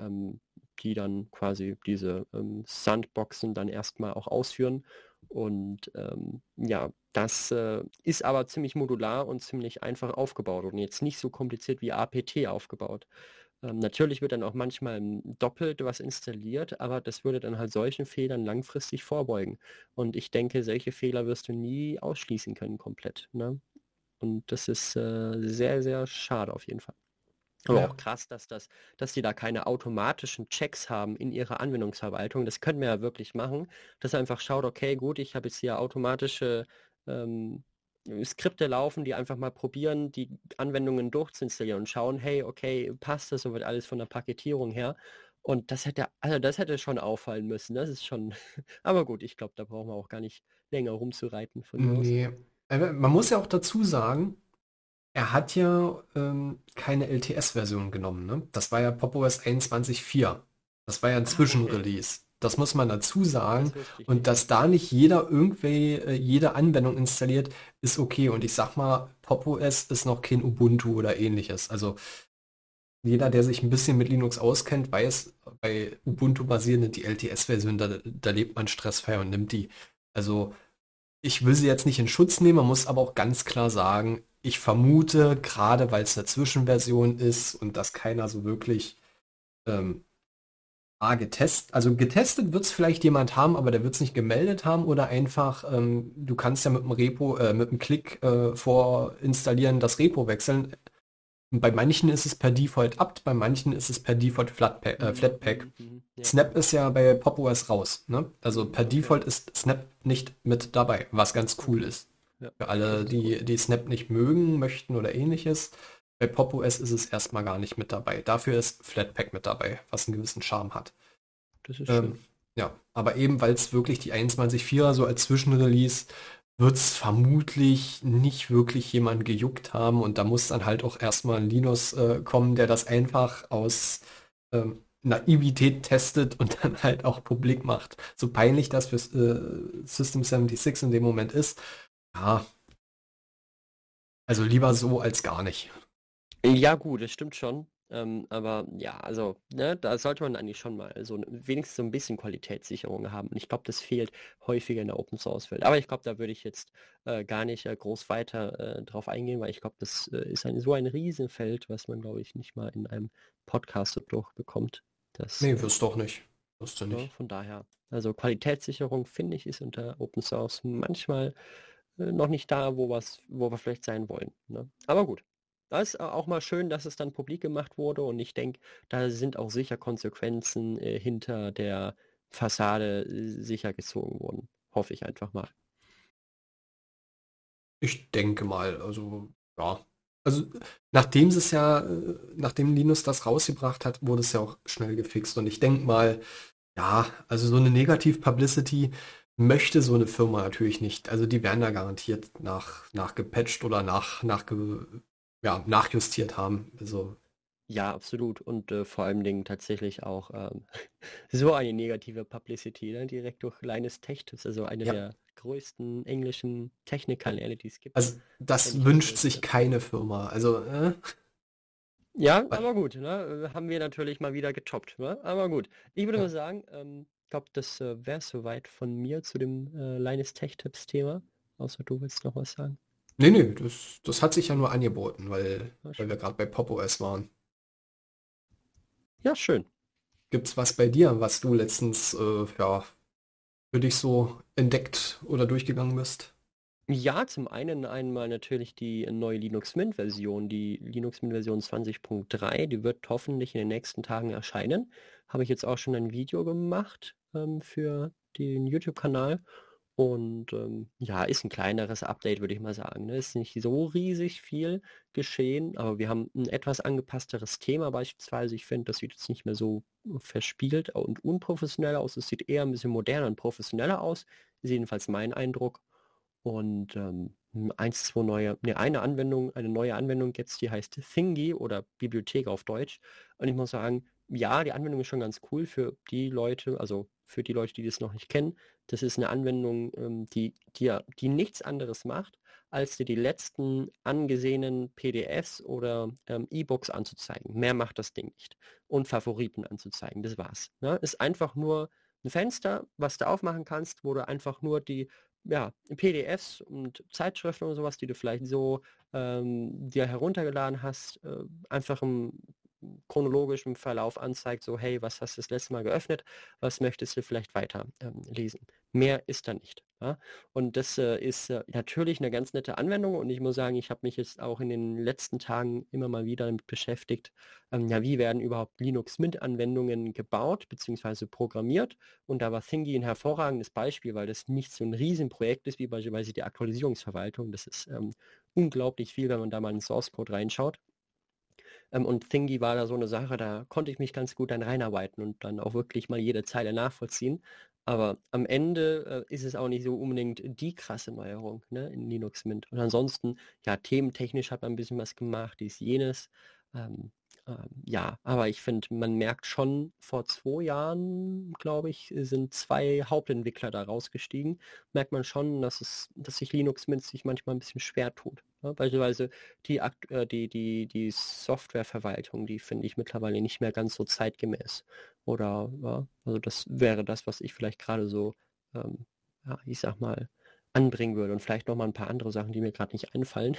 S2: die dann quasi diese Sandboxen dann erstmal auch ausführen. Und ja, das ist aber ziemlich modular und ziemlich einfach aufgebaut und jetzt nicht so kompliziert wie APT aufgebaut. Natürlich wird dann auch manchmal doppelt was installiert, aber das würde dann halt solchen Fehlern langfristig vorbeugen. Und ich denke, solche Fehler wirst du nie ausschließen können komplett. Ne? Und das ist sehr, sehr schade auf jeden Fall. Aber auch
S1: Ja.
S2: krass, dass die da keine automatischen Checks haben in ihrer Anwendungsverwaltung. Das können wir ja wirklich machen, dass er einfach schaut, okay, gut, ich habe jetzt hier automatische ähm, Skripte laufen, die einfach mal probieren, die Anwendungen durchzuinstallieren und schauen, hey, okay, passt das soweit alles von der Paketierung her? Und das hätte schon auffallen müssen. Das ist schon, aber gut, ich glaube, da brauchen wir auch gar nicht länger rumzureiten von mir aus.
S1: Nee. Man muss ja auch dazu sagen, er hat ja keine LTS-Version genommen, ne? Das war ja Pop! OS 21.4. Das war ja ein
S2: Ah, okay.
S1: Zwischenrelease. Das muss man dazu sagen.
S2: Das wusste ich
S1: Und
S2: nicht.
S1: dass da nicht jeder irgendwie jede Anwendung installiert, ist okay. Und ich sag mal, Pop! OS ist noch kein Ubuntu oder ähnliches. Also jeder, der sich ein bisschen mit Linux auskennt, weiß, bei Ubuntu basierende die LTS-Version, da lebt man stressfrei und nimmt die. Also ich will sie jetzt nicht in Schutz nehmen, man muss aber auch ganz klar sagen, ich vermute, gerade weil es eine Zwischenversion ist und dass keiner so wirklich ähm, also getestet wird es vielleicht jemand haben, aber der wird es nicht gemeldet haben oder einfach, du kannst ja mit dem Repo, mit dem Klick vorinstallieren, das Repo wechseln. Bei manchen ist es per Default apt, bei manchen ist es per Default Flatpak.
S2: Ja,
S1: Snap ist ja bei Pop! OS raus, ne? Also per
S2: okay.
S1: Default ist Snap nicht mit dabei, was ganz cool
S2: Okay.
S1: ist.
S2: Ja,
S1: Für
S2: das
S1: alle,
S2: ist cool.
S1: die Snap nicht mögen, möchten oder ähnliches. Bei Pop! OS ist es erstmal gar nicht mit dabei. Dafür ist Flatpak mit dabei, was einen gewissen Charme hat.
S2: Das ist
S1: Ähm,
S2: schön.
S1: ja, aber eben weil es wirklich die 21.4er so als Zwischenrelease wird es vermutlich nicht wirklich jemand gejuckt haben und da muss dann halt auch erstmal ein Linus kommen, der das einfach aus Naivität testet und dann halt auch publik macht. So peinlich das für System 76 in dem Moment ist, ja, also lieber so als gar nicht.
S2: Ja, gut, das stimmt schon. Aber ja, also, ne, da sollte man eigentlich schon mal wenigstens so ein bisschen Qualitätssicherung haben. Und ich glaube, das fehlt häufiger in der Open Source Welt. Aber ich glaube, da würde ich jetzt gar nicht groß weiter drauf eingehen, weil ich glaube, das ist so ein Riesenfeld, was man, glaube ich, nicht mal in einem Podcast so durchbekommt. Das,
S1: Nee, wirst doch nicht. Wirst du
S2: ne,
S1: nicht.
S2: von daher. Also Qualitätssicherung, finde ich, ist unter Open Source manchmal noch nicht da, wo wir vielleicht sein wollen. Ne? Aber gut. Das ist auch mal schön, dass es dann publik gemacht wurde und ich denke, da sind auch sicher Konsequenzen hinter der Fassade sicher gezogen worden. Hoffe ich einfach mal.
S1: Ich denke mal, also ja. Also nachdem sie es ja, nachdem Linus das rausgebracht hat, wurde es ja auch schnell gefixt. Und ich denke mal, ja, also so eine Negativ-Publicity möchte so eine Firma natürlich nicht. Also die werden da garantiert nachgepatcht oder ja, nachjustiert haben. Also,
S2: Ja, absolut. Und vor allem Dingen tatsächlich auch so eine negative Publicity, ne? Direkt durch Linus Tech Tips, also eine
S1: ja,
S2: der größten englischen Technikkanäle, die es gibt,
S1: also
S2: wenn
S1: das
S2: nicht die
S1: wünscht
S2: größte.
S1: sich keine Firma. Also,
S2: Ja,
S1: weil-
S2: aber gut, ne? Haben wir natürlich mal wieder getoppt, ne? Aber gut. Ich würde
S1: ja.
S2: mal sagen, ich glaube, das wäre soweit von mir zu dem Linus Tech Tips Thema. Außer du willst noch was sagen.
S1: Nee, nee, das hat sich ja nur angeboten,
S2: Na
S1: weil wir
S2: schön.
S1: gerade bei Pop! OS waren.
S2: Ja, schön.
S1: Gibt's was bei dir, was du letztens ja, für dich so entdeckt oder durchgegangen bist?
S2: Ja, zum einen einmal natürlich die neue Linux Mint Version, die Linux Mint Version 20.3, die wird hoffentlich in den nächsten Tagen erscheinen. Habe ich jetzt auch schon ein Video gemacht für den YouTube-Kanal. Und ja, ist ein kleineres Update, würde ich mal sagen. Ne? Ist nicht so riesig viel geschehen, aber wir haben ein etwas angepassteres Thema beispielsweise. Ich finde, das sieht jetzt nicht mehr so verspielt und unprofessionell aus. Es sieht eher ein bisschen moderner und professioneller aus. Ist jedenfalls mein Eindruck. Und eine neue Anwendung jetzt, die heißt Thingy oder Bibliothek auf Deutsch. Und ich muss sagen, ja, die Anwendung ist schon ganz cool für die Leute, also für die Leute, die das noch nicht kennen. Das ist eine Anwendung, die nichts anderes macht, als dir die letzten angesehenen PDFs oder E-Books anzuzeigen. Mehr macht das Ding nicht. Und Favoriten anzuzeigen. Das war's. Ne? Ist einfach nur ein Fenster, was du aufmachen kannst, wo du einfach nur die PDFs und Zeitschriften oder sowas, die du vielleicht so dir heruntergeladen hast, einfach im chronologischen Verlauf anzeigt, so hey, was hast du das letzte Mal geöffnet, was möchtest du vielleicht weiter lesen. Mehr ist da nicht. Ja? Und das ist natürlich eine ganz nette Anwendung und ich muss sagen, ich habe mich jetzt auch in den letzten Tagen immer mal wieder damit beschäftigt, ja, wie werden überhaupt Linux Mint-Anwendungen gebaut bzw. programmiert und da war Thingy ein hervorragendes Beispiel, weil das nicht so ein Riesenprojekt ist wie beispielsweise die Aktualisierungsverwaltung. Das ist unglaublich viel, wenn man da mal in den Source Code reinschaut. Und Thingy war da so eine Sache, da konnte ich mich ganz gut dann reinarbeiten und dann auch wirklich mal jede Zeile nachvollziehen. Aber am Ende ist es auch nicht so unbedingt die krasse Neuerung, ne, in Linux Mint. Und ansonsten, ja, thementechnisch hat man ein bisschen was gemacht, dies, jenes. Ja, aber ich finde, man merkt schon, vor 2 Jahren, glaube ich, sind 2 Hauptentwickler da rausgestiegen. Merkt man schon, dass sich Linux Mint sich manchmal ein bisschen schwer tut. Ne? Beispielsweise die Softwareverwaltung, die finde ich mittlerweile nicht mehr ganz so zeitgemäß. Oder, ja, also das wäre das, was ich vielleicht gerade so, ähm, ja, ich sag mal, anbringen würde. Und vielleicht noch mal ein paar andere Sachen, die mir gerade nicht einfallen.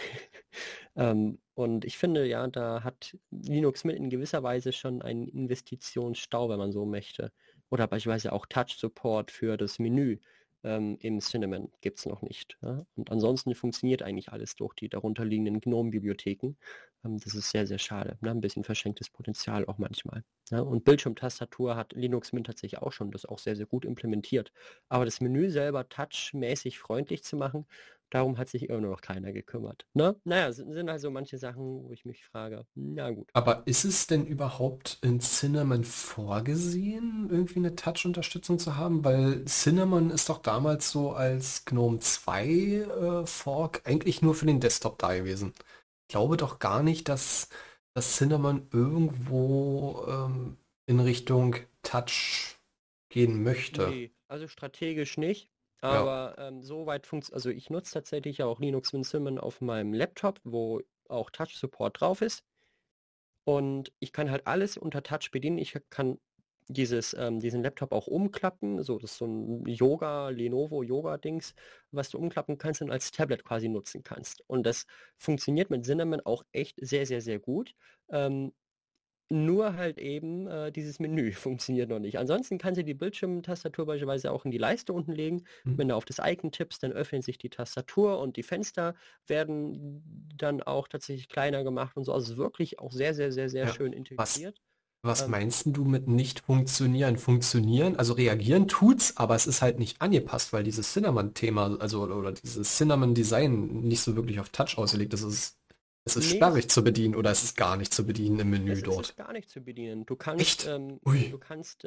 S2: Und ich finde, ja, da hat Linux mit in gewisser Weise schon einen Investitionsstau, wenn man so möchte. Oder beispielsweise auch Touch-Support für das Menü im Cinnamon gibt es noch nicht. Ja? Und ansonsten funktioniert eigentlich alles durch die darunterliegenden GNOME-Bibliotheken. Das ist sehr, sehr schade. Ne? Ein bisschen verschenktes Potenzial auch manchmal. Ja? Und Bildschirmtastatur hat Linux Mint tatsächlich auch schon das auch sehr, sehr gut implementiert. Aber das Menü selber touchmäßig freundlich zu machen, darum hat sich immer noch keiner gekümmert. Ne? Naja, sind also manche Sachen, wo ich mich frage, na gut.
S1: Aber ist es denn überhaupt in Cinnamon vorgesehen, irgendwie eine Touch-Unterstützung zu haben? Weil Cinnamon ist doch damals so als GNOME 2 Fork eigentlich nur für den Desktop da gewesen. Ich glaube doch gar nicht, dass das Cinnamon irgendwo in Richtung Touch gehen möchte.
S2: Nee, also strategisch nicht.
S1: Ja.
S2: Aber so weit funktioniert, also ich nutze tatsächlich auch Linux Mint Cinnamon auf meinem Laptop, wo auch Touch-Support drauf ist. Und ich kann halt alles unter Touch bedienen. Ich kann diesen Laptop auch umklappen. So, das ist so ein Lenovo Yoga-Dings, was du umklappen kannst und als Tablet quasi nutzen kannst. Und das funktioniert mit Cinnamon auch echt sehr, sehr, sehr gut. Ähm, Nur halt eben dieses Menü funktioniert noch nicht. Ansonsten kannst du die Bildschirmtastatur beispielsweise auch in die Leiste unten legen.
S1: Hm.
S2: Wenn du auf das Icon tippst, dann öffnet sich die Tastatur und die Fenster werden dann auch tatsächlich kleiner gemacht und so. Also es ist wirklich auch sehr, sehr, sehr, sehr
S1: Ja.
S2: schön
S1: Was,
S2: integriert.
S1: was
S2: Ähm,
S1: meinst du mit nicht funktionieren? Funktionieren, also reagieren tut's, aber es ist halt nicht angepasst, weil dieses Cinnamon-Thema, also oder dieses Cinnamon-Design nicht so wirklich auf Touch ausgelegt ist. Es ist
S2: Nee,
S1: sperrig zu bedienen oder es ist gar nicht zu bedienen im Menü
S2: es ist
S1: dort.
S2: gar nicht zu bedienen. Du kannst,
S1: Echt? Ui.
S2: du kannst,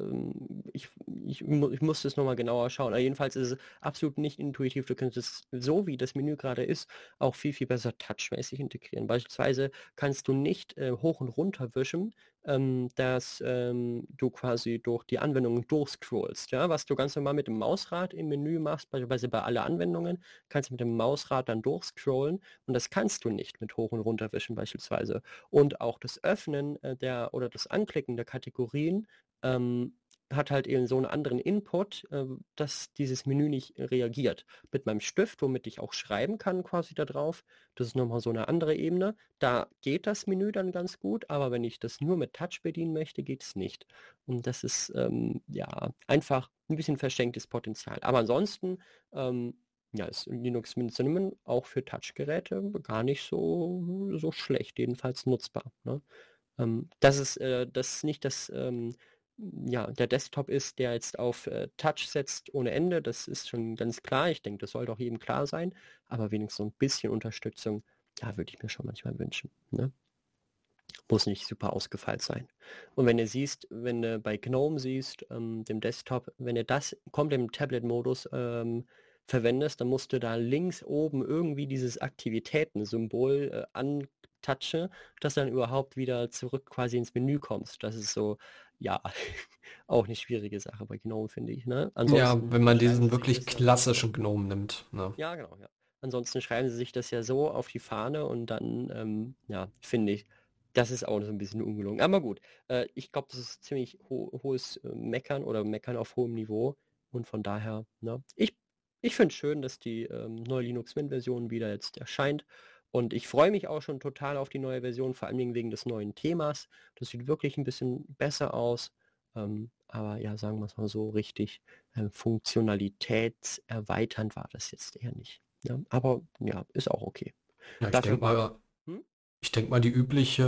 S2: ich muss das nochmal genauer schauen. Aber jedenfalls ist es absolut nicht intuitiv. Du kannst es so, wie das Menü gerade ist, auch viel, viel besser touchmäßig integrieren. Beispielsweise kannst du nicht hoch und runter wischen, dass du quasi durch die Anwendungen durchscrollst. Ja? Was du ganz normal mit dem Mausrad im Menü machst, beispielsweise bei alle Anwendungen, kannst du mit dem Mausrad dann durchscrollen und das kannst du nicht mit hoch und runter wischen beispielsweise. Und auch das Öffnen oder das Anklicken der Kategorien hat halt eben so einen anderen Input, dass dieses Menü nicht reagiert. Mit meinem Stift, womit ich auch schreiben kann quasi da drauf, das ist nochmal so eine andere Ebene. Da geht das Menü dann ganz gut, aber wenn ich das nur mit Touch bedienen möchte, geht es nicht. Und das ist ja einfach ein bisschen verschenktes Potenzial. Aber ansonsten Ja, ist Linux Mint Cinnamon auch für Touchgeräte gar nicht so schlecht, jedenfalls nutzbar. Ne? Dass nicht ja, der Desktop ist, der jetzt auf Touch setzt ohne Ende, das ist schon ganz klar. Ich denke, das sollte auch jedem klar sein, aber wenigstens so ein bisschen Unterstützung, ja, würde ich mir schon manchmal wünschen. Ne? Muss nicht super ausgefeilt sein. Und wenn du bei GNOME siehst, dem Desktop, wenn du das komplett im Tablet-Modus verwendest, dann musst du da links oben irgendwie dieses Aktivitäten-Symbol antatschen, dass dann überhaupt wieder zurück quasi ins Menü kommst. Das ist so, ja, auch eine schwierige Sache bei GNOME, finde ich. Ne?
S1: Ja,
S2: Ansonsten
S1: wenn man
S2: schreiben
S1: diesen
S2: sie sich
S1: wirklich
S2: das ja.
S1: klassischen Gnome nimmt. Ne?
S2: Ja, genau, ja. Ansonsten schreiben sie sich das ja so auf die Fahne und dann, ja, finde ich, das ist auch so ein bisschen ungelungen. Aber gut, ich glaube, das ist ziemlich hohes Meckern oder Meckern auf hohem Niveau und von daher, ne, ich finde es schön, dass die neue Linux Mint-Version wieder jetzt erscheint und ich freue mich auch schon total auf die neue Version, vor allen Dingen wegen des neuen Themas. Das sieht wirklich ein bisschen besser aus, aber ja, sagen wir es mal so richtig funktionalitätserweiternd war das jetzt eher nicht. Ja, aber ja, ist auch okay.
S1: Ja,
S2: Dafür war. Hm?
S1: ich denke mal, die übliche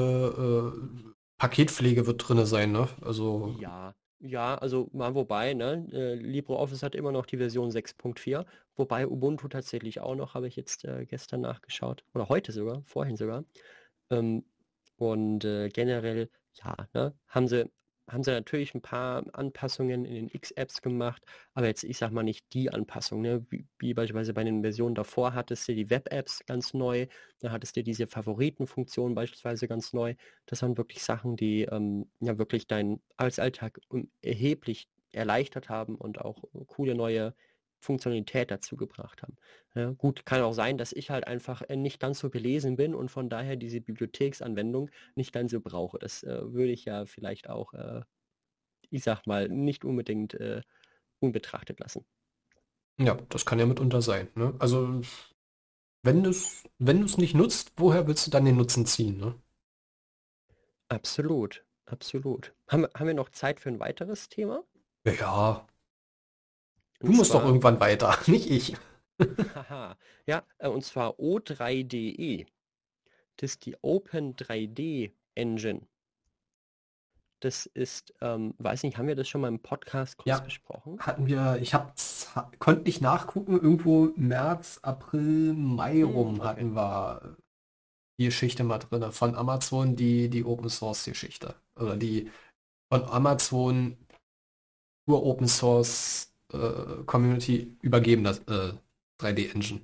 S1: Paketpflege wird drinne sein, ne? Also,
S2: Ja, ja, also mal wobei, ne? LibreOffice hat immer noch die Version 6.4, wobei Ubuntu tatsächlich auch noch, habe ich jetzt gestern nachgeschaut. Oder heute sogar, vorhin sogar. Ähm, und generell, ja, ne, haben sie natürlich ein paar Anpassungen in den X-Apps gemacht, aber jetzt, ich sag mal, nicht die Anpassung, ne? Wie beispielsweise bei den Versionen davor hattest du die Web-Apps ganz neu, da hattest du diese Favoritenfunktion beispielsweise ganz neu. Das waren wirklich Sachen, die ja wirklich deinen Arbeitsalltag erheblich erleichtert haben und auch coole neue Funktionalität dazu gebracht haben. Ja, gut, kann auch sein, dass ich halt einfach nicht ganz so belesen bin und von daher diese Bibliotheksanwendung nicht ganz so brauche. Das würde ich ja vielleicht auch, ich sag mal, nicht unbedingt unbetrachtet lassen.
S1: ja, das kann ja mitunter sein, ne? Also, wenn du es nicht nutzt, woher willst du dann den Nutzen ziehen, ne?
S2: Absolut, absolut. Haben wir noch Zeit für ein weiteres Thema?
S1: Ja, du
S2: Und
S1: musst doch
S2: zwar,
S1: irgendwann weiter, nicht ich.
S2: haha, ja, und zwar O3DE. Das ist die Open 3D Engine. Das ist, weiß nicht, haben wir das schon mal im Podcast kurz
S1: Ja,
S2: besprochen?
S1: konnte nicht nachgucken, irgendwo März, April, Mai rum
S2: Okay.
S1: hatten wir die Geschichte mal drin, von Amazon, die Open Source Geschichte. Oder die von Amazon zur Open Source Community übergeben, das 3D Engine.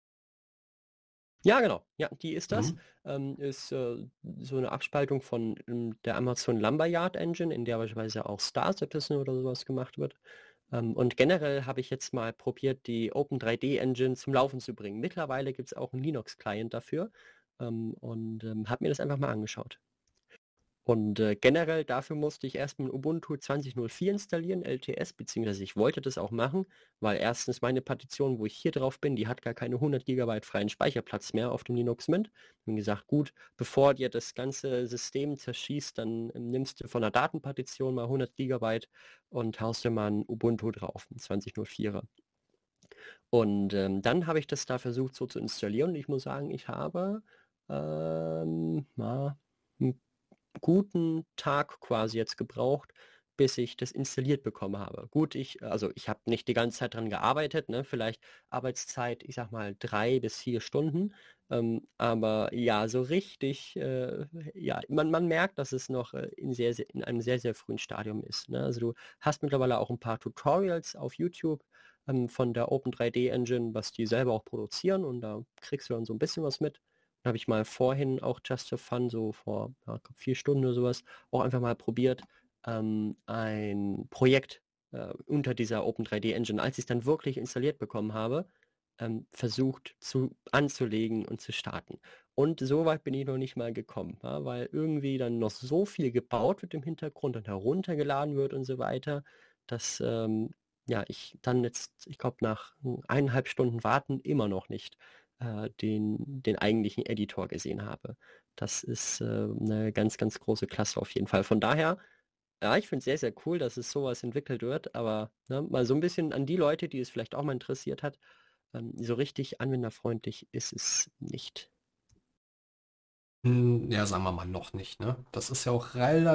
S2: Ja, genau. Ja, die ist das.
S1: Mhm.
S2: Ist so eine Abspaltung von der Amazon Lumberyard Engine, in der beispielsweise auch Star Citizen oder sowas gemacht wird. Und generell habe ich jetzt mal probiert, die Open 3D Engine zum Laufen zu bringen. Mittlerweile gibt es auch einen Linux-Client dafür und habe mir das einfach mal angeschaut. Und generell dafür musste ich erstmal Ubuntu 20.04 installieren, LTS, beziehungsweise ich wollte das auch machen, weil erstens meine Partition, wo ich hier drauf bin, die hat gar keine 100 GB freien Speicherplatz mehr auf dem Linux Mint. Ich habe gesagt, gut, bevor dir das ganze System zerschießt, dann nimmst du von der Datenpartition mal 100 GB und haust dir mal ein Ubuntu drauf, ein 20.04er. Und dann habe ich das da versucht so zu installieren und ich muss sagen, ich habe mal einen guten Tag quasi jetzt gebraucht, bis ich das installiert bekommen habe. Gut, also ich habe nicht die ganze Zeit dran gearbeitet, ne? Vielleicht Arbeitszeit, ich sag mal 3 bis 4 Stunden. Aber ja, so richtig, ja, man merkt, dass es noch in einem sehr, sehr frühen Stadium ist. Ne? Also du hast mittlerweile auch ein paar Tutorials auf YouTube von der Open 3D Engine, was die selber auch produzieren und da kriegst du dann so ein bisschen was mit. Dann habe ich mal vorhin auch Just for Fun, so vor ja, ich glaub, 4 Stunden oder sowas, auch einfach mal probiert, ein Projekt unter dieser Open 3D Engine, als ich es dann wirklich installiert bekommen habe, versucht anzulegen und zu starten. Und so weit bin ich noch nicht mal gekommen, ja, weil irgendwie dann noch so viel gebaut wird im Hintergrund und heruntergeladen wird und so weiter, dass ja, ich dann jetzt, ich glaube, nach 1,5 Stunden Warten immer noch nicht den eigentlichen Editor gesehen habe. Das ist eine ganz, ganz große Klasse auf jeden Fall. Von daher, ja, ich finde es sehr, sehr cool, dass es sowas entwickelt wird, aber ne, mal so ein bisschen an die Leute, die es vielleicht auch mal interessiert hat. So richtig anwenderfreundlich ist es nicht.
S1: Ja, sagen wir mal noch nicht, ne? Das ist ja auch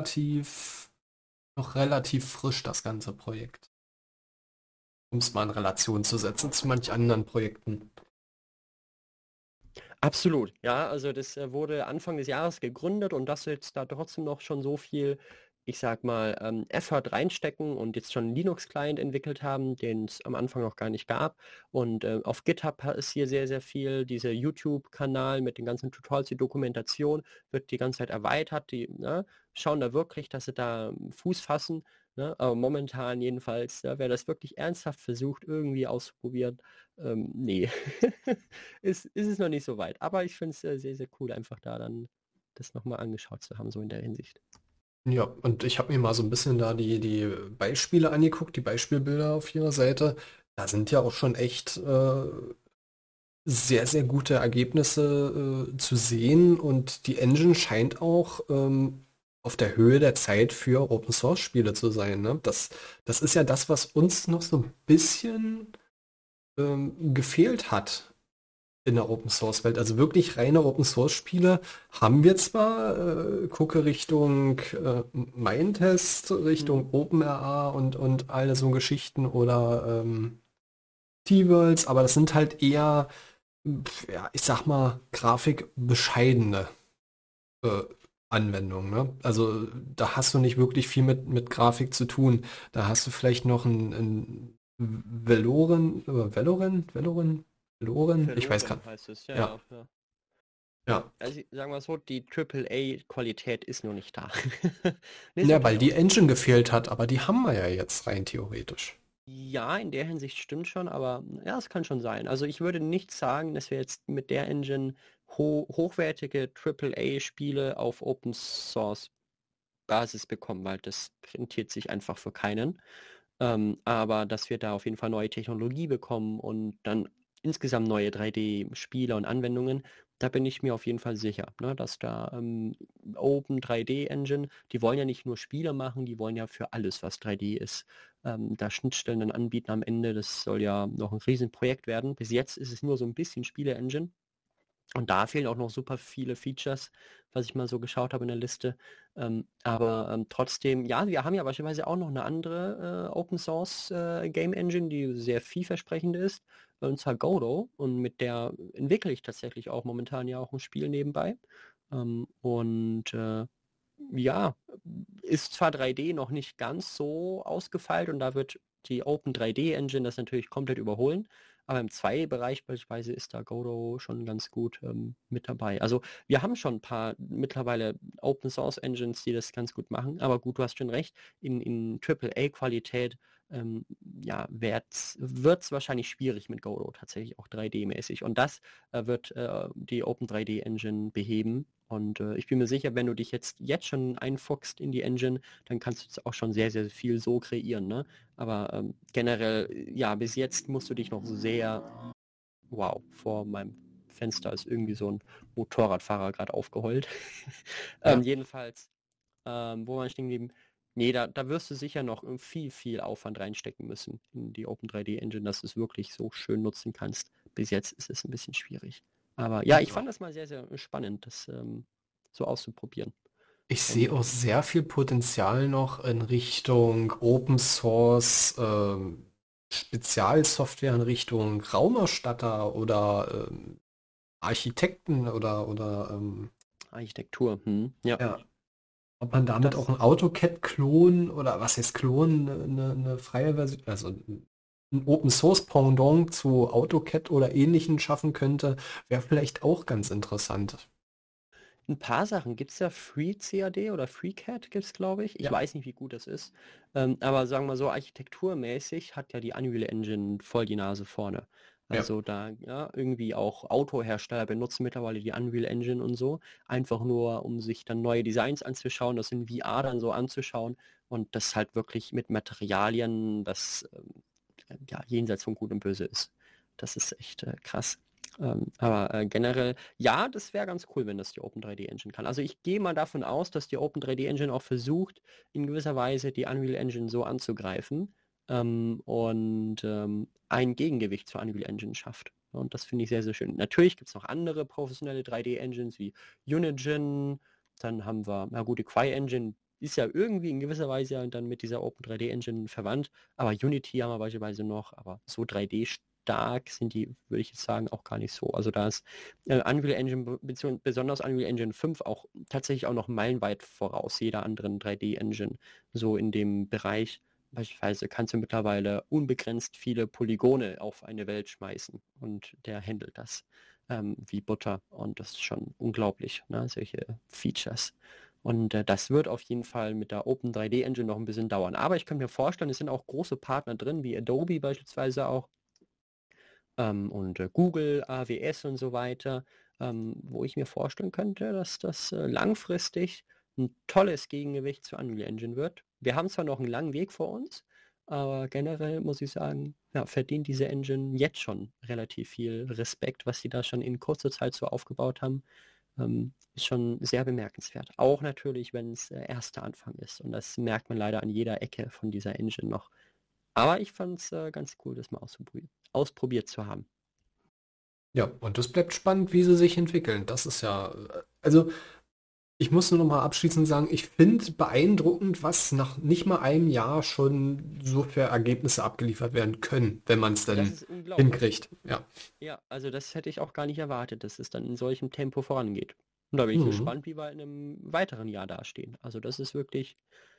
S1: noch relativ frisch, das ganze Projekt. Um es mal in Relation zu setzen zu manch anderen Projekten.
S2: Absolut, ja, also das wurde Anfang des Jahres gegründet und dass jetzt da trotzdem noch schon so viel, ich sag mal, Effort reinstecken und jetzt schon einen Linux-Client entwickelt haben, den es am Anfang noch gar nicht gab. Und auf GitHub ist hier sehr, sehr viel. Dieser YouTube-Kanal mit den ganzen Tutorials, die Dokumentation wird die ganze Zeit erweitert. Die schauen da wirklich, dass sie da Fuß fassen. Ne? Aber momentan jedenfalls, wer das wirklich ernsthaft versucht, irgendwie auszuprobieren, nee, ist es noch nicht so weit. Aber ich finde es sehr, sehr cool, einfach da dann das nochmal angeschaut zu haben, so in der Hinsicht.
S1: Ja, und ich habe mir mal so ein bisschen da die Beispiele angeguckt, die Beispielbilder auf ihrer Seite. Da sind ja auch schon echt sehr, sehr gute Ergebnisse zu sehen und die Engine scheint auch auf der Höhe der Zeit für Open Source Spiele zu sein. Ne? Das ist ja das, was uns noch so ein bisschen gefehlt hat in der Open Source Welt. Also wirklich reine Open Source Spiele haben wir zwar, gucke Richtung Minetest,
S2: Mhm.
S1: Richtung OpenRA und alle so Geschichten oder T-Worlds, aber das sind halt eher, ja, ich sag mal, grafikbescheidene äh, Anwendungen. Ne? Also da hast du nicht wirklich viel mit Grafik zu tun. Da hast du vielleicht noch ein Veloren? Ich weiß gar
S2: Verloren
S1: nicht.
S2: heißt es, ja,
S1: Ja,
S2: ja, ja. Ja,
S1: ja.
S2: also sagen wir so, die AAA-Qualität ist noch nicht da. Nee, ist
S1: Ja, weil
S2: natürlich auch
S1: die
S2: nicht schlimm.
S1: Engine gefehlt hat, aber die haben wir ja jetzt rein theoretisch.
S2: Ja, in der Hinsicht stimmt schon, aber ja, es kann schon sein. Also ich würde nicht sagen, dass wir jetzt mit der Engine hochwertige AAA-Spiele auf Open Source Basis bekommen, weil das rentiert sich einfach für keinen. Aber dass wir da auf jeden Fall neue Technologie bekommen und dann insgesamt neue 3D-Spiele und Anwendungen, da bin ich mir auf jeden Fall sicher, ne, dass da Open 3D Engine, die wollen ja nicht nur Spiele machen, die wollen ja für alles, was 3D ist, da Schnittstellen dann anbieten am Ende. Das soll ja noch ein Riesenprojekt werden. Bis jetzt ist es nur so ein bisschen Spiele-Engine. Und da fehlen auch noch super viele Features, was ich mal so geschaut habe in der Liste. Aber trotzdem, ja, wir haben ja beispielsweise auch noch eine andere Open Source Game Engine, die sehr vielversprechend ist, und zwar Godot. Und mit der entwickle ich tatsächlich auch momentan ja auch ein Spiel nebenbei. Und ja, ist zwar 3D noch nicht ganz so ausgefeilt und da wird die Open 3D Engine das natürlich komplett überholen. Aber im 2-Bereich beispielsweise ist da Godot schon ganz gut mit dabei. Also wir haben schon ein paar mittlerweile Open Source Engines, die das ganz gut machen. Aber gut, du hast schon recht, in AAA-Qualität ja, wird es wahrscheinlich schwierig mit Godot, tatsächlich auch 3D-mäßig. Und das wird die Open 3D Engine beheben. Und ich bin mir sicher, wenn du dich jetzt schon einfuchst in die Engine, dann kannst du jetzt auch schon sehr, sehr viel so kreieren. Ne? Aber generell, ja, bis jetzt musst du dich noch sehr, wow, vor meinem Fenster ist irgendwie so ein Motorradfahrer gerade aufgeheult.
S1: Ja.
S2: Jedenfalls, wo waren wir stehen geblieben? Nee, da wirst du sicher noch viel, viel Aufwand reinstecken müssen in die Open 3D Engine, dass du es wirklich so schön nutzen kannst. Bis jetzt ist es ein bisschen schwierig. Aber ja, ich
S1: Ja.
S2: fand das mal sehr, sehr spannend, das so auszuprobieren.
S1: Ich sehe
S2: Und
S1: auch sehr viel Potenzial noch in Richtung Open Source, Spezialsoftware in Richtung Raumerstatter oder Architekten oder
S2: Architektur, ja,
S1: ja, ob man damit auch
S2: das
S1: ein AutoCAD-Klon oder was heißt Klon, eine freie Version, also ein Open Source Pendant zu AutoCAD oder ähnlichen schaffen könnte, wäre vielleicht auch ganz interessant.
S2: ein paar Sachen gibt es ja, FreeCAD oder FreeCAD gibt es, glaube ich. Ich
S1: Ja,
S2: weiß nicht, wie gut das ist. Aber sagen wir so, architekturmäßig hat ja die Unreal Engine voll die Nase vorne.
S1: ja.
S2: Also da, ja, irgendwie auch Autohersteller benutzen mittlerweile die Unreal Engine und so, einfach nur, um sich dann neue Designs anzuschauen, das in VR dann so anzuschauen und das halt wirklich mit Materialien, das ja jenseits von Gut und Böse ist. Das ist echt krass. Aber generell, ja, das wäre ganz cool, wenn das die Open 3D Engine kann. Also ich gehe mal davon aus, dass die Open 3D Engine auch versucht, in gewisser Weise die Unreal Engine so anzugreifen. ein Gegengewicht zur Unreal Engine schafft. Und das finde ich sehr, sehr schön. Natürlich gibt es noch andere professionelle 3D-Engines wie Unigine, dann haben wir, na gut, die CryEngine ist ja irgendwie in gewisser Weise ja dann mit dieser Open 3D-Engine verwandt, aber Unity haben wir beispielsweise noch, aber so 3D stark sind die, würde ich jetzt sagen, auch gar nicht so. Also da ist Unreal Engine, besonders Unreal Engine 5 auch tatsächlich auch noch meilenweit voraus jeder anderen 3D-Engine, so in dem Bereich. Beispielsweise kannst du mittlerweile unbegrenzt viele Polygone auf eine Welt schmeißen und der handelt das wie Butter und das ist schon unglaublich, ne? Solche Features. Und das wird auf jeden Fall mit der Open 3D Engine noch ein bisschen dauern. Aber ich könnte mir vorstellen, es sind auch große Partner drin, wie Adobe beispielsweise auch und Google, AWS und so weiter, wo ich mir vorstellen könnte, dass das langfristig ein tolles Gegengewicht zur Unreal Engine wird. Wir haben zwar noch einen langen Weg vor uns, aber generell muss ich sagen, ja, verdient diese Engine jetzt schon relativ viel Respekt, was sie da schon in kurzer Zeit so aufgebaut haben. Ist schon sehr bemerkenswert. Auch natürlich, wenn es erster Anfang ist. Und das merkt man leider an jeder Ecke von dieser Engine noch. Aber ich fand es ganz cool, das mal ausprobiert zu haben.
S1: Ja, und das bleibt spannend, wie sie sich entwickeln. Das ist ja, also ich muss nur noch mal abschließend sagen, ich finde beeindruckend, was nach nicht mal einem Jahr schon so für Ergebnisse abgeliefert werden können, wenn man es
S2: Das
S1: dann
S2: ist unglaublich.
S1: hinkriegt. Ja.
S2: Ja, also das hätte ich auch gar nicht erwartet, dass es dann in solchem Tempo vorangeht. Und da bin ich
S1: Mhm.
S2: gespannt, wie wir in einem weiteren Jahr dastehen. Also das ist wirklich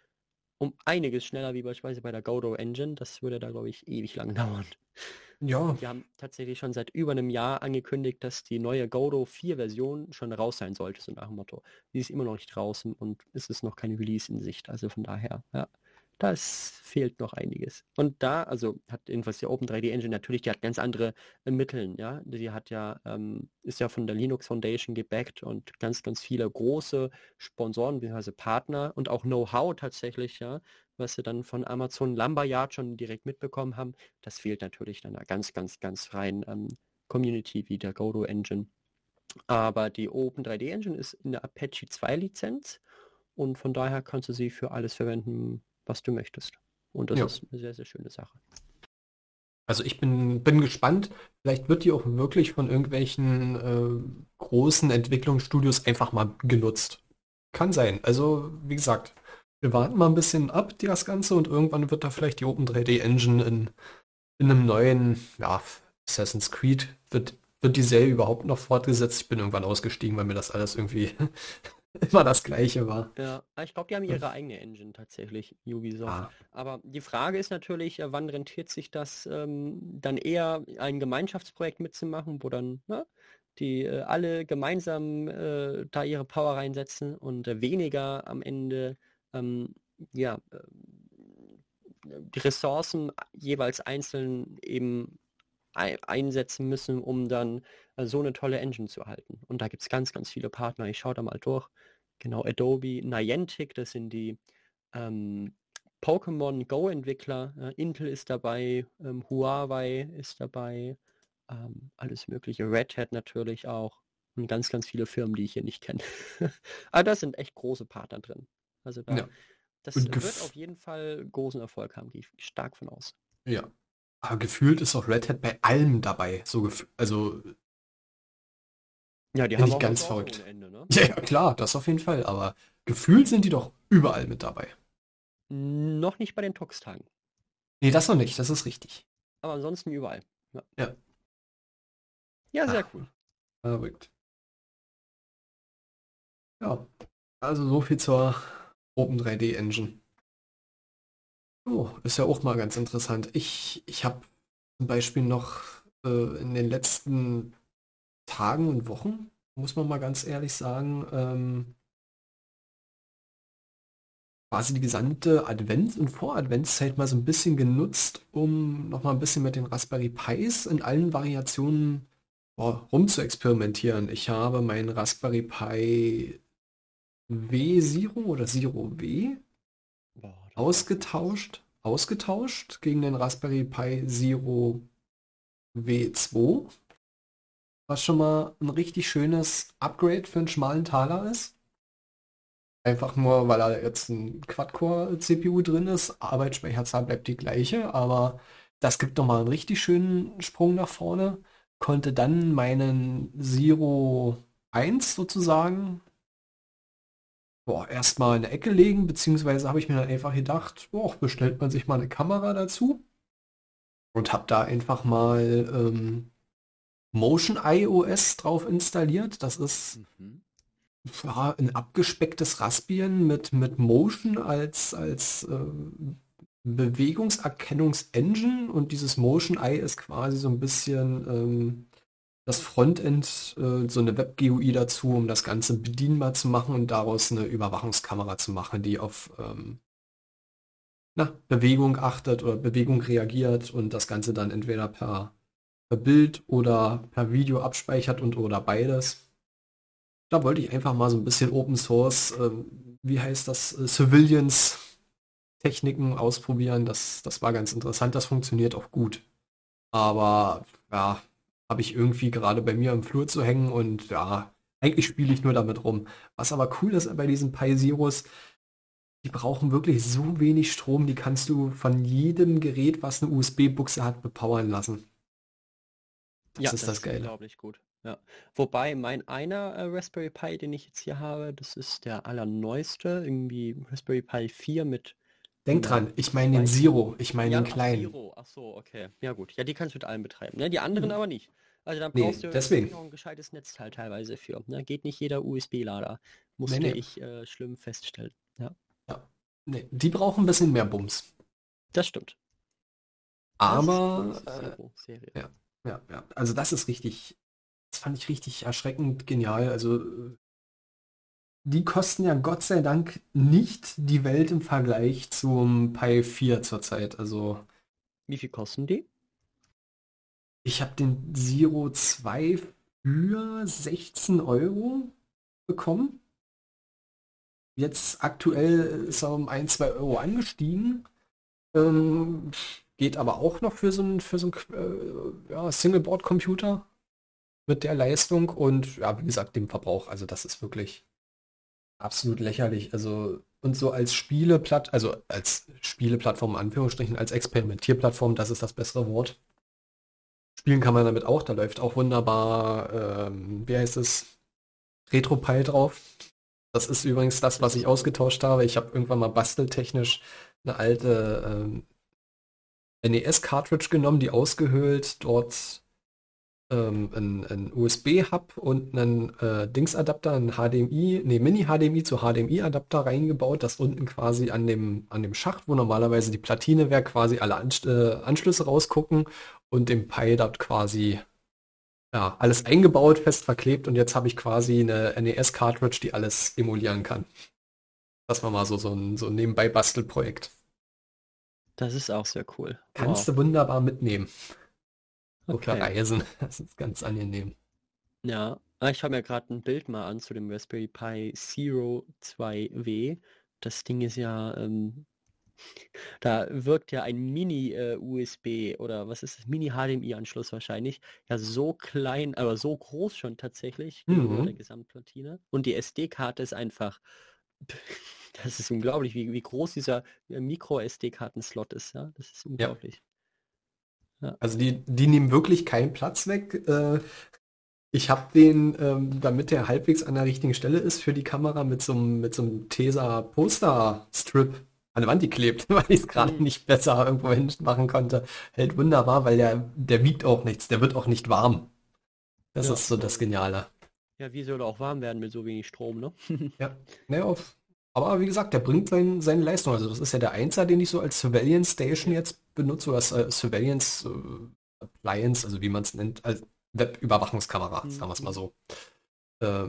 S2: um einiges schneller wie beispielsweise bei der Godot Engine. Das würde da, glaube ich, ewig lang dauern.
S1: Ja,
S2: Und die haben tatsächlich schon seit über einem Jahr angekündigt, dass die neue Godot 4 Version schon raus sein sollte, so nach dem Motto. Die ist immer noch nicht draußen und es ist noch kein Release in Sicht. Also von daher, ja, das fehlt noch einiges. Und da, also hat jedenfalls die Open 3D Engine natürlich, die hat ganz andere Mitteln, ja. Die hat ja, ist ja von der Linux Foundation gebackt und ganz, ganz viele große Sponsoren bzw. Partner und auch Know-how tatsächlich, ja, was sie dann von Amazon Lumberyard schon direkt mitbekommen haben. Das fehlt natürlich dann einer ganz, ganz, ganz freien Community wie der Godot Engine. Aber die Open 3D Engine ist in der Apache 2 Lizenz und von daher kannst du sie für alles verwenden, was du möchtest. Und das
S1: ja.
S2: ist eine sehr, sehr schöne Sache.
S1: Also ich bin gespannt. Vielleicht wird die auch wirklich von irgendwelchen großen Entwicklungsstudios einfach mal genutzt. Kann sein. Also, wie gesagt, wir warten mal ein bisschen ab, das Ganze, und irgendwann wird da vielleicht die Open 3D Engine in einem neuen, ja, Assassin's Creed, wird die Serie überhaupt noch fortgesetzt. Ich bin irgendwann ausgestiegen, weil mir das alles irgendwie immer das Gleiche war.
S2: Ja, ich glaube, die haben ihre eigene Engine tatsächlich, Ubisoft.
S1: Ja,
S2: Aber die Frage ist natürlich, wann rentiert sich das dann eher ein Gemeinschaftsprojekt mitzumachen, wo dann die alle gemeinsam da ihre Power reinsetzen und weniger am Ende ja, die Ressourcen jeweils einzeln eben einsetzen müssen, um dann so eine tolle Engine zu halten. Und da gibt es ganz, ganz viele Partner. Ich schaue da mal durch. Genau, Adobe, Niantic, das sind die ähm, Pokémon Go-Entwickler. Intel ist dabei, Huawei ist dabei, alles mögliche. Red Hat natürlich auch. Und ganz, ganz viele Firmen, die ich hier nicht kenne. Aber da sind echt große Partner drin. Also da,
S1: ja.
S2: das
S1: Und
S2: wird auf jeden Fall großen Erfolg haben, gehe ich stark von aus.
S1: ja. Aber gefühlt ist auch Red Hat bei allem dabei. Also
S2: Ja, die
S1: bin
S2: haben
S1: ich
S2: auch
S1: ganz
S2: Ressourcen ohne
S1: verrückt.
S2: Ende, ne?
S1: Ja, ja, klar, das auf jeden Fall. Aber gefühlt sind die doch überall mit dabei.
S2: Noch nicht bei den Tux-Tagen,
S1: Nee, das noch nicht, das ist richtig.
S2: aber ansonsten überall. Ja,
S1: Ja.
S2: ja, sehr
S1: Ach,
S2: cool.
S1: verrückt. Ja. Also so viel zur Open 3D Engine. Oh, ist ja auch mal ganz interessant. Ich habe zum Beispiel noch in den letzten Tagen und Wochen, muss man mal ganz ehrlich sagen, quasi die gesamte Advents- und Voradventszeit mal so ein bisschen genutzt, um noch mal ein bisschen mit den Raspberry Pis in allen Variationen rum zu experimentieren. Ich habe meinen Raspberry Pi W Zero oder Zero W
S2: Boah, das sagt mir nichts.
S1: ausgetauscht gegen den Raspberry Pi Zero W2, was schon mal ein richtig schönes Upgrade für einen schmalen Taler ist. Einfach nur, weil da jetzt ein Quad-Core-CPU drin ist. Arbeitsspeicherzahl bleibt die gleiche, aber das gibt nochmal einen richtig schönen Sprung nach vorne. Konnte dann meinen Zero 1 sozusagen erstmal in der Ecke legen, beziehungsweise habe ich mir dann einfach gedacht, bestellt man sich mal eine Kamera dazu und habe da einfach mal Motion iOS drauf installiert. Das ist
S2: Mhm.
S1: ja, ein abgespecktes Raspbian mit Motion als Bewegungserkennungsengine und dieses Motion Eye ist quasi so ein bisschen das Frontend, so eine Web-GUI dazu, um das Ganze bedienbar zu machen und daraus eine Überwachungskamera zu machen, die auf Bewegung achtet oder Bewegung reagiert und das Ganze dann entweder per Bild oder per Video abspeichert und oder beides. Da wollte ich einfach mal so ein bisschen Open Source, wie heißt das, Surveillance-Techniken ausprobieren. Das war ganz interessant, das funktioniert auch gut. Aber ja, habe ich irgendwie gerade bei mir im Flur zu hängen und ja, eigentlich spiele ich nur damit rum. Was aber cool ist bei diesen Pi Zeros, die brauchen wirklich so wenig Strom, die kannst du von jedem Gerät, was eine USB-Buchse hat, bepowern lassen. Das
S2: Ja,
S1: ist
S2: das
S1: das
S2: ist
S1: Geile.
S2: unglaublich gut. Ja. Wobei mein einer Raspberry Pi, den ich jetzt hier habe, das ist der allerneueste, irgendwie Raspberry Pi 4 mit
S1: Denk
S2: einer
S1: dran, ich meine den
S2: 2.
S1: Zero, ich meine den
S2: Ja, ach
S1: kleinen.
S2: Zero. Ach so, okay. Ja gut. Ja, die kannst du mit allem betreiben. Ne? Die anderen
S1: Mhm.
S2: aber nicht. Also dann brauchst
S1: Nee,
S2: du wirklich
S1: deswegen.
S2: noch ein gescheites Netzteil teilweise für. Ne? Geht nicht jeder USB-Lader.
S1: Nee,
S2: Musste
S1: nee.
S2: ich schlimm feststellen. Ja,
S1: Ja. Nee, die brauchen ein bisschen mehr Bums.
S2: das stimmt. Das ist cool,
S1: Aber
S2: diese Zero-Serie.
S1: ja, ja. Also das fand ich richtig erschreckend genial. Also die kosten ja Gott sei Dank nicht die Welt im Vergleich zum Pi 4 zurzeit. Also
S2: Wie viel kosten die?
S1: ich habe den Zero 2 für 16 € bekommen. Jetzt aktuell ist er um 1, 2 € angestiegen. Ähm, geht aber auch noch für so ein ja, Single-Board-Computer mit der Leistung und ja, wie gesagt, dem Verbrauch. Also das ist wirklich absolut lächerlich. Also und so also als Spieleplattform in Anführungsstrichen, als Experimentierplattform, das ist das bessere Wort. Spielen kann man damit auch, da läuft auch wunderbar, wie heißt es, RetroPie drauf. Das ist übrigens das,
S2: Das
S1: was ich
S2: ist cool.
S1: ausgetauscht habe. Ich habe irgendwann mal basteltechnisch eine alte NES-Cartridge genommen, die ausgehöhlt, dort ein USB-Hub und einen Dingsadapter, einen HDMI, nee, Mini-HDMI zu HDMI-Adapter reingebaut, das unten quasi an dem Schacht, wo normalerweise die Platine wäre, quasi alle Anschlüsse rausgucken und dem Pi dort quasi ja, alles eingebaut, fest verklebt und jetzt habe ich quasi eine NES-Cartridge, die alles emulieren kann. Das war mal so ein Nebenbei-Bastelprojekt.
S2: Das ist auch sehr cool.
S1: Kannst
S2: Wow.
S1: du wunderbar mitnehmen. So für
S2: Okay.
S1: Reisen. Das ist ganz angenehm.
S2: Ja, ich schaue mir gerade ein Bild mal an zu dem Raspberry Pi Zero 2W. Das Ding ist ja, da wirkt ja ein Mini-USB oder was ist das? Mini-HDMI-Anschluss wahrscheinlich. Ja, so klein, aber so groß schon tatsächlich gegenüber der
S1: Mhm.
S2: Gesamtplatine. Und die SD-Karte ist einfach, das ist unglaublich, wie groß dieser Micro-SD-Karten-Slot ist. Ja, das ist
S1: Ja.
S2: unglaublich. Ja.
S1: Also die nehmen wirklich keinen Platz weg. Ich habe den, damit der halbwegs an der richtigen Stelle ist, für die Kamera mit so einem Tesa-Poster-Strip an der Wand geklebt, weil ich es gerade
S2: Hm.
S1: nicht besser irgendwo hin machen konnte. Hält wunderbar, weil der wiegt auch nichts, der wird auch nicht warm. Das
S2: Ja,
S1: ist so das
S2: glaube ich.
S1: Geniale.
S2: Ja, wie soll er auch warm werden mit so wenig Strom, ne?
S1: Ja, naja, aber wie gesagt, der bringt seine Leistung. Also das ist ja der Einser, den ich so als Surveillance Station
S2: Ja.
S1: jetzt benutze, oder als Surveillance Appliance, also wie man es nennt, als Webüberwachungskamera, sagen wir es mal
S2: Mhm.
S1: so. Äh,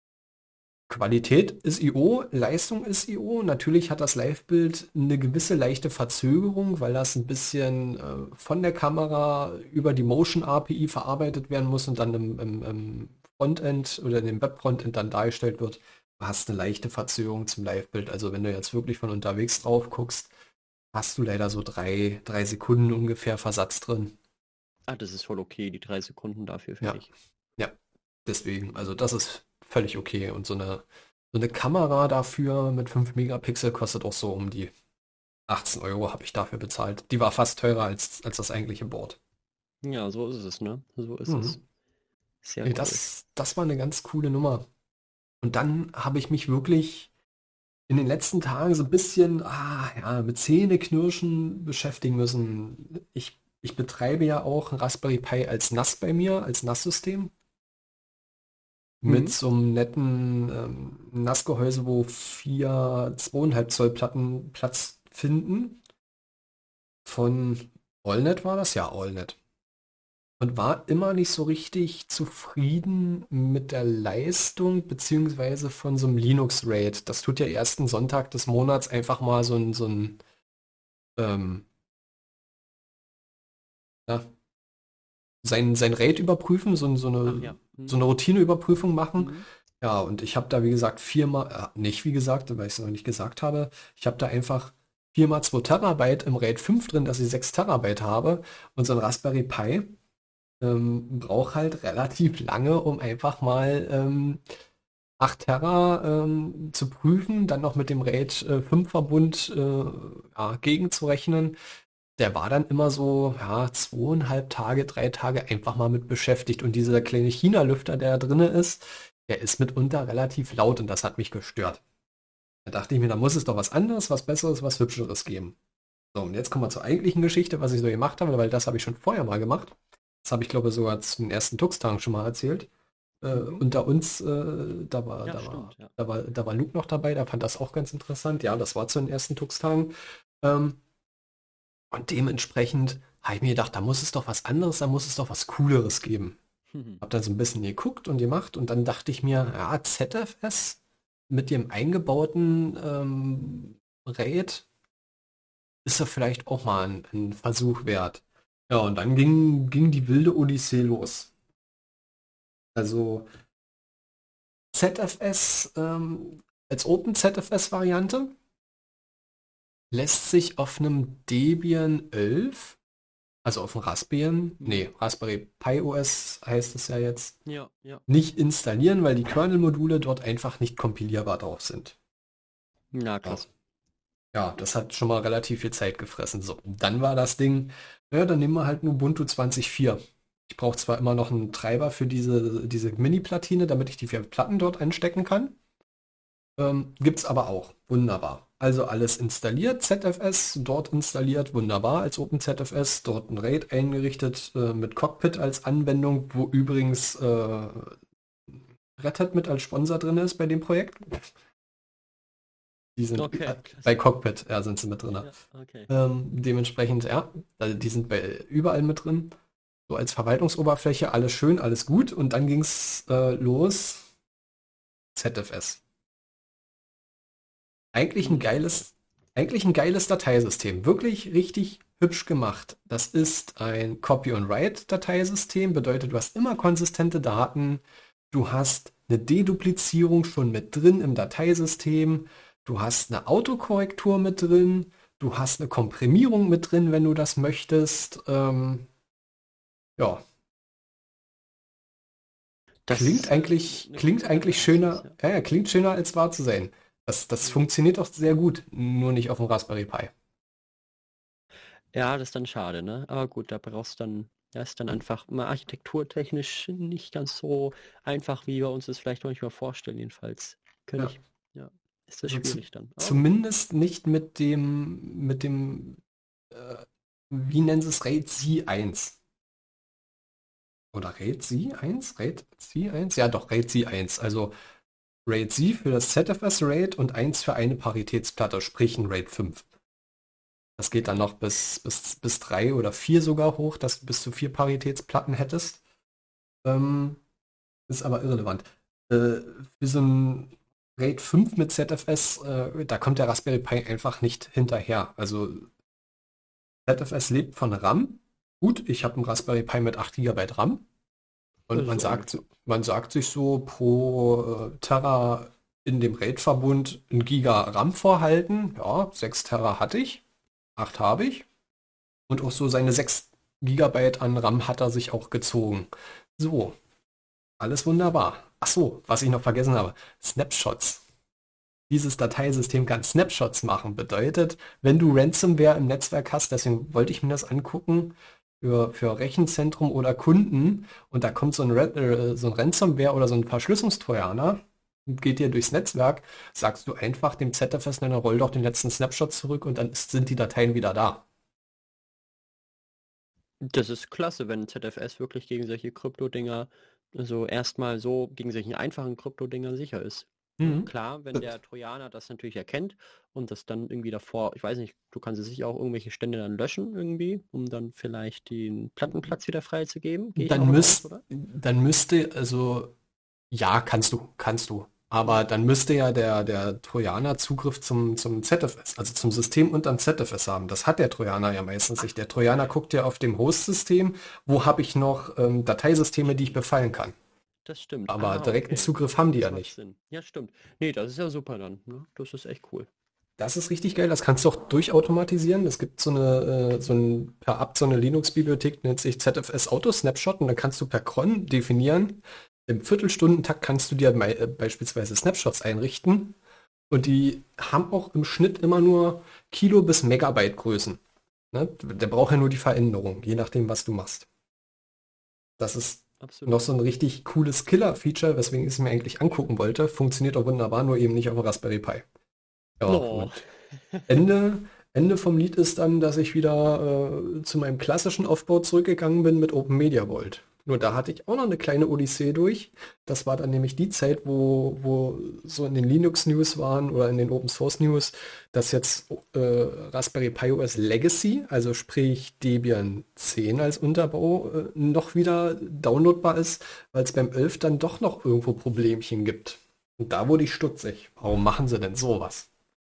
S1: Qualität ist IO, Leistung ist IO. Natürlich hat das Live-Bild eine gewisse leichte Verzögerung, weil das ein bisschen von der Kamera über die Motion API verarbeitet werden muss und dann im Frontend oder dem Web-Frontend dann dargestellt wird. Du hast eine leichte Verzögerung zum Live-Bild. Also wenn du jetzt wirklich von unterwegs drauf guckst, hast du leider so drei Sekunden ungefähr Versatz drin.
S2: Ah, das ist voll okay, die 3 Sekunden dafür, finde
S1: Ja,
S2: ich.
S1: ja, deswegen. Also das ist völlig okay und so eine So eine Kamera dafür mit 5 Megapixel kostet auch so um die 18 Euro habe ich dafür bezahlt. Die war fast teurer als das eigentliche Board.
S2: Ja, so ist es, ne? So ist es.
S1: Mhm.
S2: Sehr
S1: Nee,
S2: cool.
S1: das war eine ganz coole Nummer. Und dann habe ich mich wirklich in den letzten Tagen so ein bisschen, ja, mit Zähneknirschen beschäftigen müssen. Ich betreibe ja auch ein Raspberry Pi als NAS bei mir, als NAS-System. Mit
S2: Mhm.
S1: so einem netten NAS-Gehäuse, wo 4 2,5 Zoll Platten Platz finden. Von AllNet war das? Ja, AllNet. Und war immer nicht so richtig zufrieden mit der Leistung beziehungsweise von so einem Linux-RAID. Das tut ja ersten Sonntag des Monats einfach mal so ein ähm, ja, sein RAID überprüfen,
S2: Ach ja.
S1: so
S2: Mhm.
S1: eine Routineüberprüfung machen.
S2: Mhm.
S1: Ja, und ich habe da, wie gesagt, nicht wie gesagt, weil ich es noch nicht gesagt habe, ich habe da einfach 4 mal 2 Terabyte im RAID 5 drin, dass ich 6 Terabyte habe. Und so ein Raspberry Pi braucht halt relativ lange, um einfach mal 8 Terra zu prüfen, dann noch mit dem RAID 5 Verbund ja, gegenzurechnen. Der war dann immer so, ja, 2,5 Tage, 3 Tage einfach mal mit beschäftigt. Und dieser kleine China-Lüfter, der da drinne ist, der ist mitunter relativ laut und das hat mich gestört. Da dachte ich mir, da muss es doch was anderes, was Besseres, was Hübscheres geben. So, und jetzt kommen wir zur eigentlichen Geschichte, was ich so gemacht habe, weil das habe ich schon vorher mal gemacht. Das habe ich, glaube ich, sogar zu den ersten Tux-Tagen schon mal erzählt.
S2: Mhm.
S1: Unter uns,
S2: Ja, stimmt, ja.
S1: da war Luke noch dabei, der fand das auch ganz interessant. Ja, das war zu den ersten Tux-Tagen. Ähm, und dementsprechend habe ich mir gedacht, da muss es doch was anderes, da muss es doch was Cooleres geben.
S2: Mhm.
S1: Hab dann so ein bisschen geguckt und gemacht und dann dachte ich mir, ja, ZFS mit dem eingebauten RAID ist ja vielleicht auch mal ein Versuch wert. Ja, und dann ging die wilde Odyssee los. Also ZFS als OpenZFS-Variante lässt sich auf einem Debian 11, also auf dem Raspbian,
S2: Mhm.
S1: nee, Raspberry Pi OS heißt es ja jetzt,
S2: Ja, ja.
S1: nicht installieren, weil die Kernel-Module dort einfach nicht kompilierbar drauf sind.
S2: Na,
S1: Ja.
S2: krass.
S1: Ja, das hat schon mal relativ viel Zeit gefressen. So, dann war das Ding, ja, dann nehmen wir halt ein Ubuntu 20.4. Ich brauche zwar immer noch einen Treiber für diese Mini-Platine, damit ich die 4 Platten dort einstecken kann. Gibt's aber auch. Wunderbar. Also alles installiert, ZFS, dort installiert, wunderbar als OpenZFS, dort ein RAID eingerichtet mit Cockpit als Anwendung, wo übrigens Red Hat mit als Sponsor drin ist bei dem Projekt. Die sind
S2: Okay,
S1: bei
S2: klasse.
S1: Cockpit, ja, sind sie mit drin.
S2: Ja, okay.
S1: Dementsprechend, ja, also die sind überall mit drin. So als Verwaltungsoberfläche, alles schön, alles gut. Und dann ging's los, ZFS. Eigentlich ein
S2: Okay.
S1: eigentlich ein geiles Dateisystem. Wirklich richtig hübsch gemacht. Das ist ein Copy-and-Write-Dateisystem. Bedeutet, du hast immer konsistente Daten. Du hast eine Deduplizierung schon mit drin im Dateisystem. Du hast eine Autokorrektur mit drin. Du hast eine Komprimierung mit drin, wenn du das möchtest. Ja,
S2: Das ist eine
S1: klingt
S2: coole
S1: eigentlich
S2: Basis,
S1: schöner,
S2: ja.
S1: klingt schöner als wahr zu sein. Das
S2: Mhm.
S1: funktioniert auch sehr gut, nur nicht auf dem Raspberry Pi.
S2: Ja, das ist dann schade, ne? Aber gut, da brauchst dann, ja, ist dann einfach mal architekturtechnisch nicht ganz so einfach, wie wir uns das vielleicht manchmal vorstellen, jedenfalls. Kann
S1: Ja.
S2: ich, ja, ist das
S1: Also
S2: schwierig dann. Aber gut.
S1: zumindest nicht mit dem, wie nennen sie es, RAID Z 1. Oder RAID Z 1? RAID Z 1? Ja, doch, RAID Z 1. Also RAID Z für das ZFS RAID und 1 für eine Paritätsplatte, sprich ein RAID 5. Das geht dann noch bis 3 oder 4 sogar hoch, dass du bis zu 4 Paritätsplatten hättest. Ähm, ist aber irrelevant. Für so ein RAID 5 mit ZFS, da kommt der Raspberry Pi einfach nicht hinterher. Also ZFS lebt von RAM. Gut, ich habe einen Raspberry Pi mit 8 Gigabyte RAM und
S2: Das ist ordentlich.
S1: man sagt sich so pro Terra in dem RAID-Verbund ein Giga RAM vorhalten. Ja, 6 Terra hatte ich, 8 habe ich und auch so seine 6 Gigabyte an RAM hat er sich auch gezogen. So, alles wunderbar. Ach so, was ich noch vergessen habe. Snapshots. dieses Dateisystem kann Snapshots machen. Bedeutet, wenn du Ransomware im Netzwerk hast, deswegen wollte ich mir das angucken, für Rechenzentrum oder Kunden, und da kommt so ein Ransomware oder so ein Verschlüsselungstrojaner, geht dir durchs Netzwerk, sagst du einfach dem ZFS-Nenner, roll doch den letzten Snapshot zurück und dann sind die Dateien wieder da.
S2: Das ist klasse, wenn ZFS wirklich gegen solche Krypto-Dinger, also erstmal so gegen solche einfachen Krypto-Dinger sicher ist. Ja,
S1: Mhm.
S2: klar, wenn der Trojaner das natürlich erkennt und das dann irgendwie davor, ich weiß nicht, du kannst es sicher auch irgendwelche Stände dann löschen irgendwie, um dann vielleicht den Plattenplatz wieder freizugeben, gehe ich mal von aus, oder?
S1: Dann müsste, also ja, kannst du. Aber dann müsste ja der Trojaner Zugriff zum ZFS, also zum System unterm ZFS haben. Das hat der Trojaner ja meistens nicht. Der Trojaner guckt ja auf dem Host-System, wo habe ich noch Dateisysteme, die ich befallen kann.
S2: Das stimmt.
S1: Aber
S2: Ah,
S1: direkten
S2: okay.
S1: Zugriff haben die ja
S2: Das macht
S1: nicht.
S2: Sinn. Ja, stimmt. Nee, das ist ja super dann. Ne? Das ist echt cool.
S1: Das ist richtig geil, das kannst du auch durchautomatisieren. Es gibt per Apt so eine Linux-Bibliothek, nennt sich ZFS Auto Snapshot, und dann kannst du per Cron definieren. Im Viertelstundentakt kannst du dir beispielsweise Snapshots einrichten, und die haben auch im Schnitt immer nur Kilo bis Megabyte Größen. Ne? Der braucht ja nur die Veränderung, je nachdem, was du machst. Das ist noch
S2: Absolut.
S1: so ein richtig cooles Killer-Feature, weswegen ich es mir eigentlich angucken wollte. Funktioniert auch wunderbar, nur eben nicht auf dem Raspberry Pi. Ja,
S2: No.
S1: und Ende, Ende vom Lied ist dann, dass ich wieder zu meinem klassischen Aufbau zurückgegangen bin mit Open Media Vault. Nur da hatte ich auch noch eine kleine Odyssee durch. Das war dann nämlich die Zeit, wo so in den Linux News waren oder in den Open Source News, dass jetzt Raspberry Pi OS Legacy, also sprich Debian 10 als Unterbau, noch wieder downloadbar ist, weil es beim 11 dann doch noch irgendwo Problemchen gibt. Und da wurde ich stutzig. Warum machen sie denn sowas?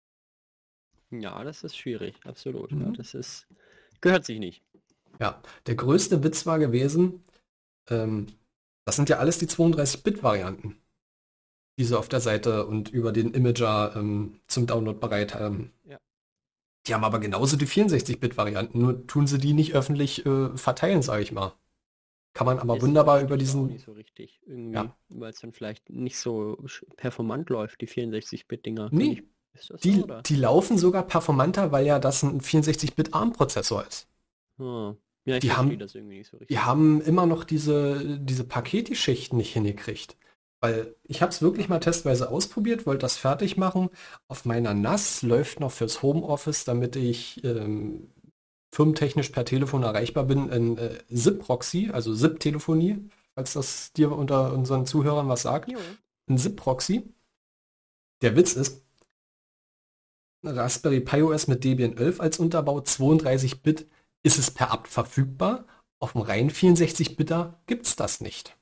S2: Ja, das ist schwierig. Absolut. Ja,
S1: Mhm.
S2: das ist, gehört sich nicht.
S1: Ja, der größte Witz war gewesen, ähm, das sind ja alles die 32-Bit-Varianten, die sie auf der Seite und über den Imager zum Download bereit haben.
S2: Ja.
S1: Die haben aber genauso die 64-Bit-Varianten, nur tun sie die nicht öffentlich verteilen, sage ich mal. Kann man aber
S2: Das
S1: wunderbar
S2: verstehe
S1: über
S2: ich aber auch nicht
S1: diesen,
S2: so richtig. Irgendwie,
S1: ja,
S2: weil es dann vielleicht nicht so performant läuft, die 64-Bit-Dinger. Kann ich.
S1: nee,
S2: Ist das so, oder?
S1: die laufen sogar performanter, weil ja das ein 64-Bit ARM-Prozessor ist.
S2: Ah. Ja, ich
S1: Die
S2: verstehe
S1: haben
S2: das irgendwie nicht so
S1: Die
S2: richtig.
S1: haben immer noch diese Paketschichten nicht hingekriegt. Weil ich habe es wirklich mal testweise ausprobiert, wollte das fertig machen. Auf meiner NAS läuft noch fürs Homeoffice, damit ich firmentechnisch per Telefon erreichbar bin, ein SIP-Proxy, also SIP-Telefonie, falls das dir unter unseren Zuhörern was sagt.
S2: Jo.
S1: Ein SIP-Proxy. Der Witz ist, Raspberry Pi OS mit Debian 11 als Unterbau, 32-Bit, ist es per Apt verfügbar. Auf dem reinen 64-Bitter gibt es das nicht.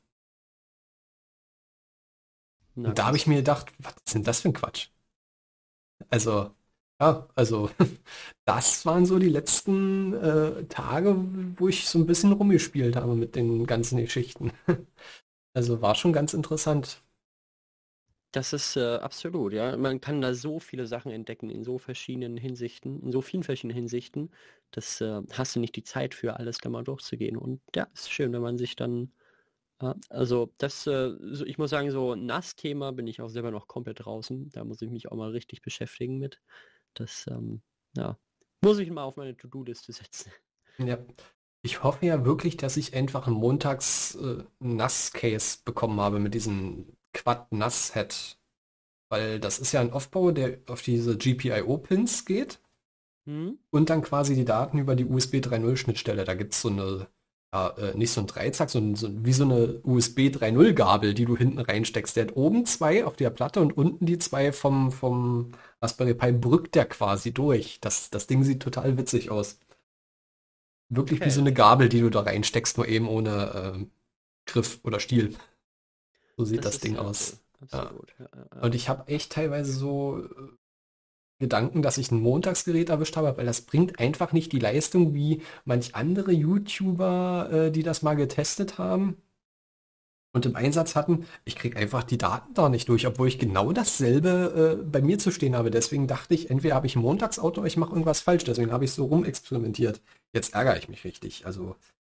S2: Na
S1: Und da habe ich
S2: krass.
S1: mir gedacht, was ist denn das für ein Quatsch? Also, ja, also das waren so die letzten Tage, wo ich so ein bisschen rumgespielt habe mit den ganzen Geschichten. Also war schon ganz interessant.
S2: Das ist absolut, ja. Man kann da so viele Sachen entdecken in so verschiedenen Hinsichten, in so vielen verschiedenen Hinsichten. Das hast du nicht die Zeit für, alles da mal durchzugehen. Und ja, ist schön, wenn man sich dann, also das, so, ich muss sagen, so NAS-Thema bin ich auch selber noch komplett draußen. Da muss ich mich auch mal richtig beschäftigen mit. Das, ja, muss ich mal auf meine To-Do-Liste setzen.
S1: Ja. Ich hoffe ja wirklich, dass ich einfach ein montags NAS-Case bekommen habe mit diesem Quad-NAS-Head. Weil das ist ja ein Aufbau, der auf diese GPIO-Pins geht.
S2: Hm?
S1: Und dann quasi die Daten über die USB 3.0 Schnittstelle. Da gibt es so eine, ja, nicht so ein Dreizack, wie so eine USB 3.0 Gabel, die du hinten reinsteckst. Der hat oben zwei auf der Platte und unten die zwei vom Raspberry Pi brückt der quasi durch. Das Ding sieht total witzig aus. Wirklich wie so
S2: Okay.
S1: eine Gabel, die du da reinsteckst, nur eben ohne Griff oder Stiel. So sieht
S2: Das
S1: das
S2: ist
S1: Ding
S2: sehr cool.
S1: aus. Ja.
S2: Absolut. Ja, ja, ja.
S1: Und ich habe echt teilweise so Gedanken, dass ich ein Montagsgerät erwischt habe, weil das bringt einfach nicht die Leistung wie manch andere YouTuber, die das mal getestet haben und im Einsatz hatten. Ich kriege einfach die Daten da nicht durch, obwohl ich genau dasselbe bei mir zu stehen habe. Deswegen dachte ich, entweder habe ich ein Montagsauto, oder ich mache irgendwas falsch. Deswegen habe ich so rumexperimentiert. Jetzt ärgere ich mich richtig. Also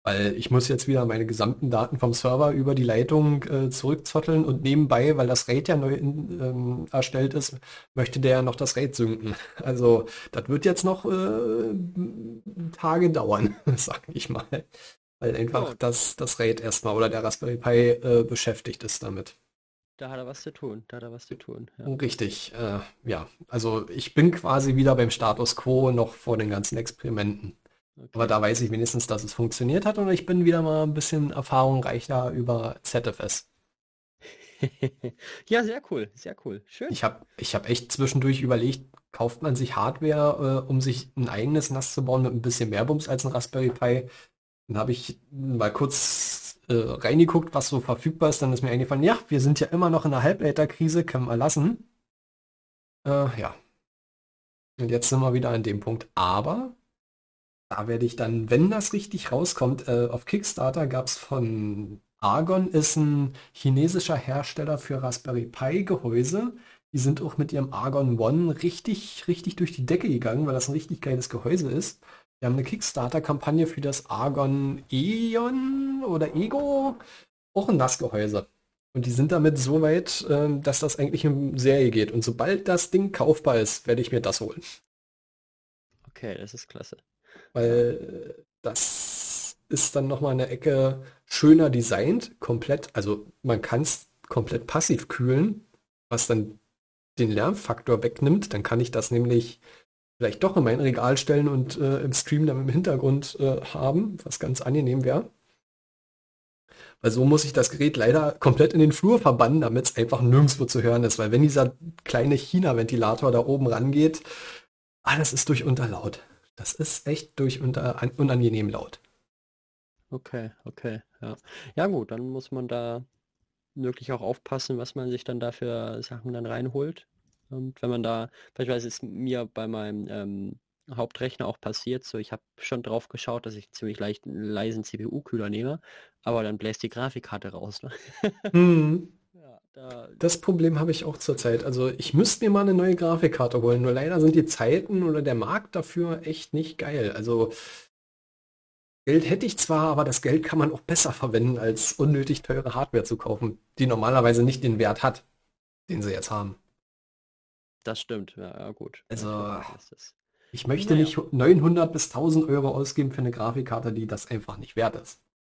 S1: Weil ich muss jetzt wieder meine gesamten Daten vom Server über die Leitung zurückzotteln und nebenbei, weil das RAID ja neu erstellt ist, möchte der ja noch das RAID synken. Also das wird jetzt noch Tage dauern, sag ich mal. Weil einfach
S2: Ja,
S1: das RAID erstmal oder der Raspberry Pi beschäftigt ist damit.
S2: da hat er was zu tun. Da hat er was zu tun. Ja.
S1: Richtig, ja. Also ich bin quasi wieder beim Status quo noch vor den ganzen Experimenten. Aber
S2: Okay.
S1: da weiß ich wenigstens, dass es funktioniert hat und ich bin wieder mal ein bisschen erfahrungsreicher über ZFS.
S2: Ja, sehr cool. Sehr cool. Schön.
S1: Ich hab echt zwischendurch überlegt, kauft man sich Hardware, um sich ein eigenes NAS zu bauen mit ein bisschen mehr Bums als ein Raspberry Pi? Dann habe ich mal kurz reingeguckt, was so verfügbar ist. Dann ist mir eingefallen, ja, wir sind ja immer noch in einer Halbleiterkrise, können wir lassen. Ja, und jetzt sind wir wieder an dem Punkt. Aber da werde ich dann, wenn das richtig rauskommt, auf Kickstarter gab es von Argon, ist ein chinesischer Hersteller für Raspberry Pi Gehäuse. Die sind auch mit ihrem Argon One richtig, richtig durch die Decke gegangen, weil das ein richtig geiles Gehäuse ist. Wir haben eine Kickstarter-Kampagne für das Argon Eon oder Ego, auch ein NAS-Gehäuse. Und die sind damit so weit, dass das eigentlich in Serie geht. Und sobald das Ding kaufbar ist, werde ich mir das holen.
S2: Okay, das ist klasse. Ja.
S1: Weil das ist dann nochmal eine Ecke schöner designt, komplett, also man kann es komplett passiv kühlen, was dann den Lärmfaktor wegnimmt, dann kann ich das nämlich vielleicht doch in mein Regal stellen und im Stream dann im Hintergrund haben, was ganz angenehm wäre. Weil so muss ich das Gerät leider komplett in den Flur verbannen, damit es einfach nirgendwo zu hören ist. Weil wenn dieser kleine China-Ventilator da oben rangeht, das ist durch laut. Das ist echt durch unangenehm laut.
S2: Okay, okay, ja. Ja gut, dann muss man da wirklich auch aufpassen, was man sich dann da für Sachen dann reinholt. Und wenn man da, beispielsweise ist mir bei meinem Hauptrechner auch passiert, so ich habe schon drauf geschaut, dass ich ziemlich leicht einen leisen CPU-Kühler nehme, aber dann bläst die Grafikkarte raus. Ne?
S1: Hm.
S2: Ja, da,
S1: Das Problem habe ich auch zurzeit. Also ich müsste mir mal eine neue Grafikkarte holen, nur leider sind die Zeiten oder der Markt dafür echt nicht geil. Also Geld hätte ich zwar, aber das Geld kann man auch besser verwenden, als unnötig teure Hardware zu kaufen, die normalerweise nicht den Wert hat, den sie jetzt haben.
S2: das stimmt, ja, ja gut, natürlich,
S1: Also
S2: dann ist das.
S1: ich möchte
S2: Naja,
S1: nicht 900 bis 1000 € ausgeben für eine Grafikkarte, die das einfach nicht wert ist.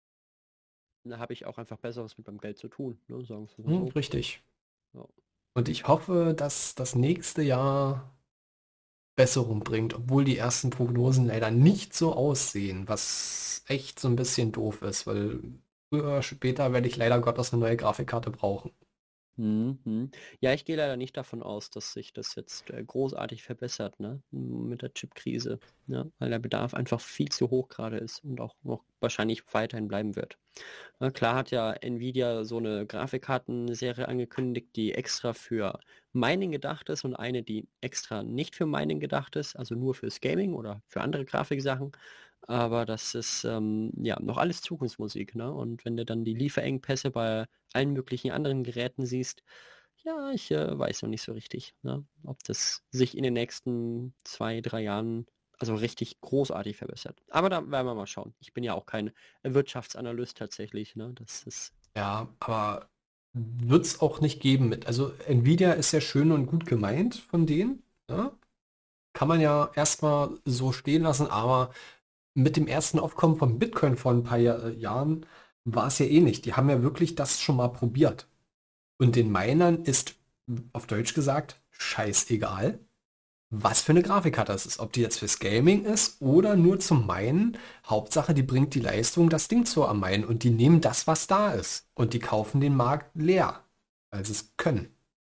S2: da habe ich auch einfach Besseres mit meinem Geld zu tun, ne? Sagen wir es mal
S1: Hm,
S2: so.
S1: richtig.
S2: Ja.
S1: Und ich hoffe, dass das nächste Jahr Besserung bringt, obwohl die ersten Prognosen leider nicht so aussehen, was echt so ein bisschen doof ist, weil früher oder später werde ich leider Gottes eine neue Grafikkarte brauchen.
S2: Mhm, mhm. Ja, ich gehe leider nicht davon aus, dass sich das jetzt großartig verbessert, ne? Mit der Chipkrise, ne? Weil der Bedarf einfach viel zu hoch gerade ist und auch noch wahrscheinlich weiterhin bleiben wird. Na klar hat ja Nvidia so eine Grafikkartenserie angekündigt, die extra für Mining gedacht ist und eine, die extra nicht für Mining gedacht ist, also nur fürs Gaming oder für andere Grafiksachen. Aber das ist ja noch alles Zukunftsmusik, ne? Und wenn du dann die Lieferengpässe bei allen möglichen anderen Geräten siehst, ja, ich weiß noch nicht so richtig, ne? Ob das sich in den nächsten 2, 3 Jahren also richtig großartig verbessert. Aber da werden wir mal schauen. Ich bin ja auch kein Wirtschaftsanalyst tatsächlich, ne? Das ist.
S1: Ja, aber wird es auch nicht geben mit. Also Nvidia ist ja schön und gut gemeint von denen. Ja? Kann man ja erstmal so stehen lassen, aber mit dem ersten Aufkommen von Bitcoin vor ein paar Jahren war es ja ähnlich. Die haben ja wirklich das schon mal probiert. Und den Minern ist auf Deutsch gesagt scheißegal, was für eine Grafikkarte es ist. Ob die jetzt fürs Gaming ist oder nur zum Minen. Hauptsache, die bringt die Leistung, das Ding zu am Minen. Und die nehmen das, was da ist. Und die kaufen den Markt leer, weil sie es können.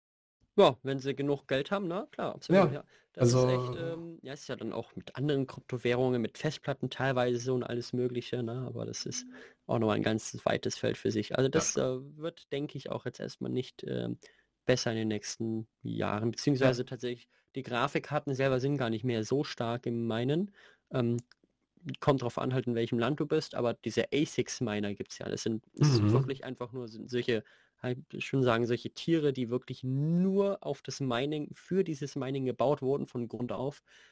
S2: Ja, wenn sie genug Geld haben, na klar, absolut,
S1: Ja,
S2: ja. Das ist echt,
S1: also,
S2: ja, ist ja dann auch mit anderen Kryptowährungen, mit Festplatten teilweise und alles Mögliche, ne? Aber das ist auch nochmal ein ganz weites Feld für sich. Also
S1: ja,
S2: das wird, denke ich, auch jetzt erstmal nicht besser in den nächsten Jahren,
S1: ja.
S2: beziehungsweise tatsächlich, die Grafikkarten selber sind gar nicht mehr so stark im Meinen. Ähm, kommt drauf an, halt in welchem Land du bist, aber diese ASICS-Miner gibt es ja. Das ist
S1: Mhm.
S2: wirklich einfach nur sind solche, halt schon sagen, solche Tiere, die wirklich nur auf das Mining, für dieses Mining gebaut wurden von Grund auf.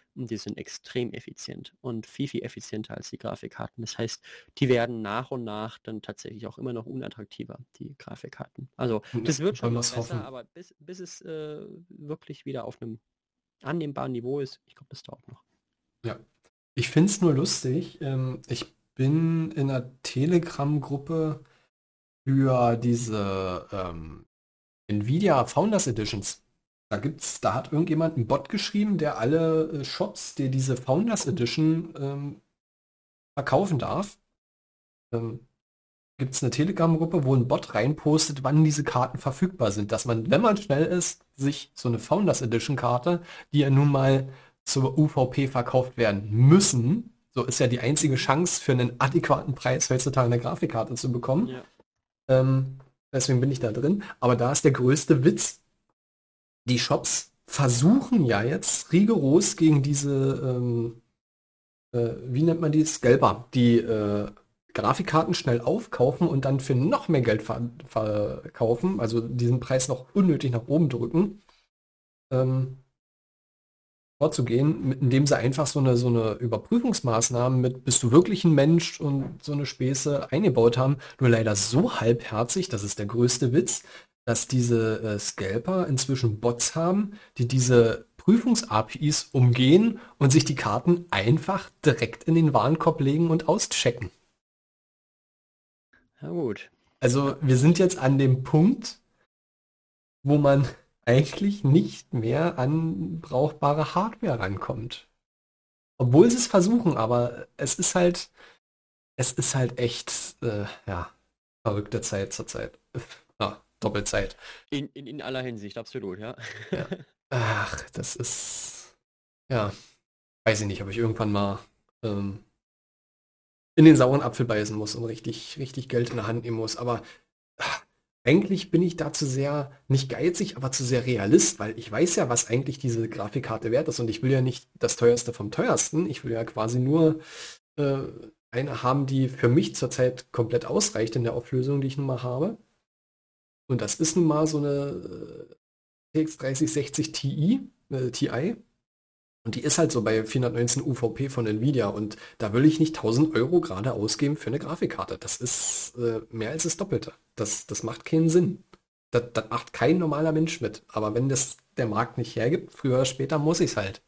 S2: und die sind extrem effizient und viel, viel effizienter als die Grafikkarten. Das heißt, die werden nach und nach dann tatsächlich auch immer noch unattraktiver, die Grafikkarten. Also
S1: Ja,
S2: das wird schon
S1: wollen wir
S2: noch
S1: es
S2: besser,
S1: hoffen.
S2: aber bis es wirklich wieder auf einem annehmbaren Niveau ist, ich glaube, das dauert noch.
S1: Ja. Ich finde es nur lustig. Ich bin in einer Telegram-Gruppe für diese Nvidia Founders Editions. Da hat irgendjemand einen Bot geschrieben, der alle Shops, die diese Founders Edition verkaufen darf. Ähm, Gibt es eine Telegram-Gruppe, wo ein Bot reinpostet, wann diese Karten verfügbar sind, dass man, wenn man schnell ist, sich so eine Founders Edition Karte, die ja nun mal zur UVP verkauft werden müssen, so ist ja die einzige
S2: Mhm.
S1: Chance für einen adäquaten Preis heutzutage eine Grafikkarte zu bekommen.
S2: Ja.
S1: Ähm, Deswegen bin ich da drin. Aber da ist der größte Witz, die Shops versuchen ja jetzt rigoros gegen diese, wie nennt man die, Scalper, die Grafikkarten schnell aufkaufen und dann für noch mehr Geld verkaufen, also diesen Preis noch unnötig nach oben drücken, ähm, vorzugehen, indem sie einfach so eine Überprüfungsmaßnahmen mit bist du wirklich ein Mensch und so eine Späße eingebaut haben, nur leider so halbherzig, das ist der größte Witz, dass diese Scalper inzwischen Bots haben, die diese Prüfungs-APIs umgehen und sich die Karten einfach direkt in den Warenkorb legen und auschecken.
S2: Ja gut.
S1: Also
S2: Ja.
S1: wir sind jetzt an dem Punkt, wo man eigentlich nicht mehr an brauchbare Hardware rankommt. Obwohl sie es versuchen, aber es ist halt echt, ja, verrückte Zeit zurzeit. Ja, Doppelzeit.
S2: In aller Hinsicht, absolut, ja.
S1: Ja. Ach, das ist, ja, weiß ich nicht, ob ich irgendwann mal ähm, in den sauren Apfel beißen muss und richtig, richtig Geld in der Hand nehmen muss. Aber eigentlich bin ich da zu sehr, nicht geizig, aber zu sehr Realist, weil ich weiß ja, was eigentlich diese Grafikkarte wert ist und ich will ja nicht das teuerste vom teuersten. Ich will ja quasi nur äh, eine haben, die für mich zurzeit komplett ausreicht in der Auflösung, die ich nun mal habe. Und das ist nun mal so eine TX 3060 Ti. Und die ist halt so bei 419 UVP von Nvidia. Und da will ich nicht 1000 € gerade ausgeben für eine Grafikkarte. Das ist mehr als das Doppelte. Das macht keinen Sinn. Das macht kein normaler Mensch mit. Aber wenn das der Markt nicht hergibt, früher oder später muss ich es halt.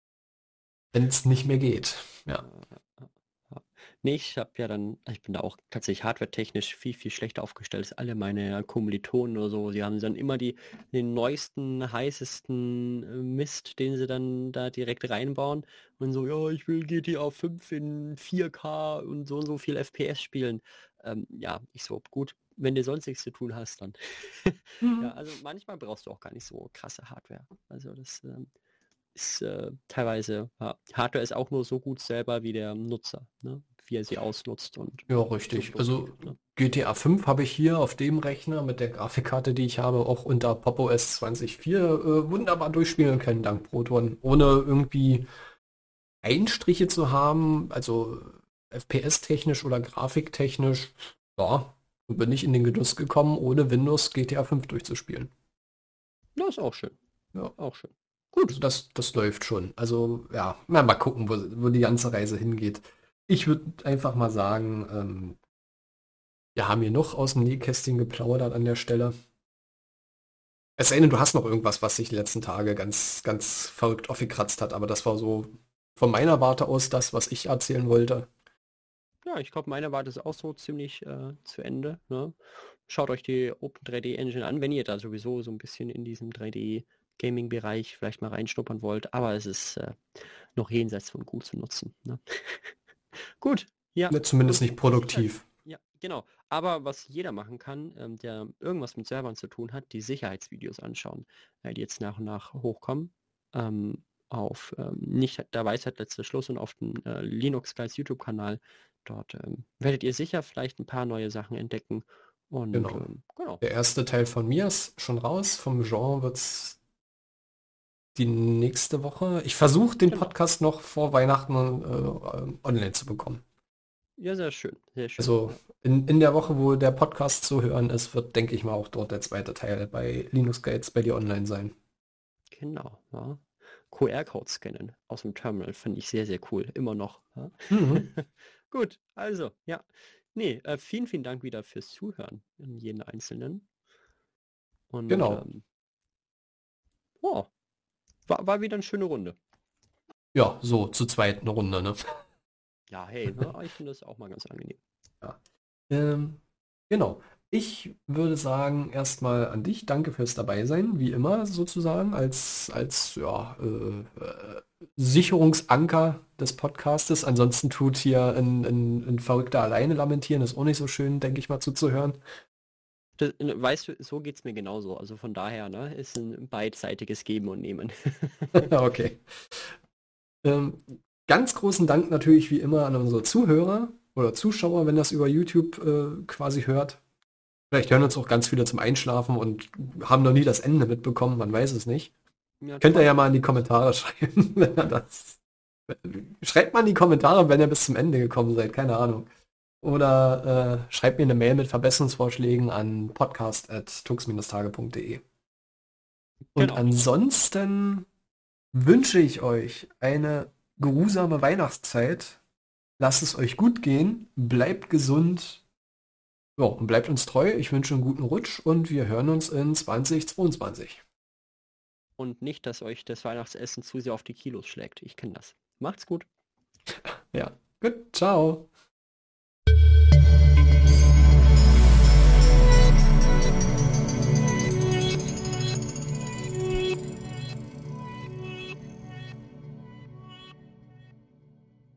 S1: Wenn es nicht mehr geht. Ja.
S2: Ja. Nee, ich bin da auch tatsächlich hardware-technisch viel, viel schlechter aufgestellt als alle meine Kommilitonen oder so. Sie haben dann immer den neuesten, heißesten Mist, den sie dann da direkt reinbauen und so, ja, ich will GTA 5 in 4K und so viel FPS spielen. Ja, ich so, gut, wenn du sonst nichts zu tun hast, dann. Ja,
S1: Mhm.
S2: also manchmal brauchst du auch gar nicht so krasse Hardware. Also das ist teilweise, ja, Hardware ist auch nur so gut selber wie der Nutzer, ne? Wie er sie ausnutzt und
S1: Ja,
S2: so
S1: richtig.
S2: produktiv.
S1: Also
S2: Ne?
S1: GTA 5 habe ich hier auf dem Rechner mit der Grafikkarte, die ich habe, auch unter Pop! OS 20.4 wunderbar durchspielen können, dank Proton. Ohne irgendwie Einstriche zu haben, also FPS-technisch oder grafiktechnisch, ja, bin ich in den Genuss gekommen, ohne Windows GTA 5 durchzuspielen.
S2: Ja, ist auch schön.
S1: Ja,
S2: Auch schön. Gut.
S1: also das läuft schon. Also ja, mal gucken, wo die ganze Reise hingeht. Ich würde einfach mal sagen, wir haben hier noch aus dem Nähkästchen geplaudert an der Stelle. Es sei denn, du hast noch irgendwas, was sich die letzten Tage ganz, ganz verrückt aufgekratzt hat, aber das war so von meiner Warte aus das, was ich erzählen wollte.
S2: Ja, ich glaube, meine Warte ist auch so ziemlich zu Ende. Ne? Schaut euch die Open 3D Engine an, wenn ihr da sowieso so ein bisschen in diesem 3D Gaming-Bereich vielleicht mal reinschnuppern wollt. Aber es ist noch jenseits von gut zu nutzen. Ne? Gut, ja.
S1: Ne, zumindest
S2: Und
S1: nicht
S2: was ich halt,
S1: produktiv.
S2: ja, genau. Aber was jeder machen kann, der irgendwas mit Servern zu tun hat, die Sicherheitsvideos anschauen, die jetzt nach und nach hochkommen. Auf nicht der Weisheit letzter Schluss und auf dem Linux Guys YouTube-Kanal. Dort werdet ihr sicher vielleicht ein paar neue Sachen entdecken. Und
S1: Genau.
S2: genau.
S1: Der erste Teil von mir ist schon raus. Vom Genre wird's die nächste Woche. Ich versuche den
S2: Genau.
S1: Podcast noch vor Weihnachten online zu bekommen.
S2: Ja, sehr schön. Sehr schön.
S1: Also
S2: Ja.
S1: in der Woche, wo der Podcast zu hören ist, wird, denke ich mal, auch dort der zweite Teil bei Linux Guides bei dir online sein.
S2: Genau. Ja. QR-Code scannen aus dem Terminal. Fand ich sehr, sehr cool. Immer noch. Ja?
S1: Mhm,
S2: Gut, also, ja. Nee, vielen, vielen Dank wieder fürs Zuhören in jeden Einzelnen. Und
S1: genau.
S2: oh, war wieder eine schöne Runde.
S1: Ja, so zur zweiten Runde, ne?
S2: Ja, hey, ne, ich finde das auch mal ganz angenehm.
S1: Ja. Ähm, genau. Ich würde sagen, erstmal an dich, danke fürs Dabeisein, wie immer sozusagen, als ja, Sicherungsanker des Podcastes. Ansonsten tut hier ein Verrückter alleine lamentieren, ist auch nicht so schön, denke ich mal, zuzuhören.
S2: Weißt du, so geht es mir genauso. Also von daher, ne, ist ein beidseitiges Geben und Nehmen.
S1: Okay. Ähm, ganz großen Dank natürlich wie immer an unsere Zuhörer oder Zuschauer, wenn das über YouTube quasi hört. Vielleicht hören uns auch ganz viele zum Einschlafen und haben noch nie das Ende mitbekommen, man weiß es nicht.
S2: Ja,
S1: Könnt ihr ja
S2: träumt
S1: mal
S2: doch
S1: in die
S2: ein bisschen.
S1: Kommentare schreiben, wenn ihr das. Schreibt mal in die Kommentare, wenn ihr bis zum Ende gekommen seid, keine Ahnung. Oder schreibt mir eine Mail mit Verbesserungsvorschlägen an podcast@tux-tage.de. Und
S2: Genau.
S1: ansonsten wünsche ich euch eine geruhsame Weihnachtszeit. Lasst es euch gut gehen, bleibt gesund, ja, und bleibt uns treu. Ich wünsche einen guten Rutsch und wir hören uns in 2022.
S2: Und nicht, dass euch das Weihnachtsessen zu sehr auf die Kilos schlägt. Ich kenne das. Macht's gut.
S1: Ja, gut, ciao.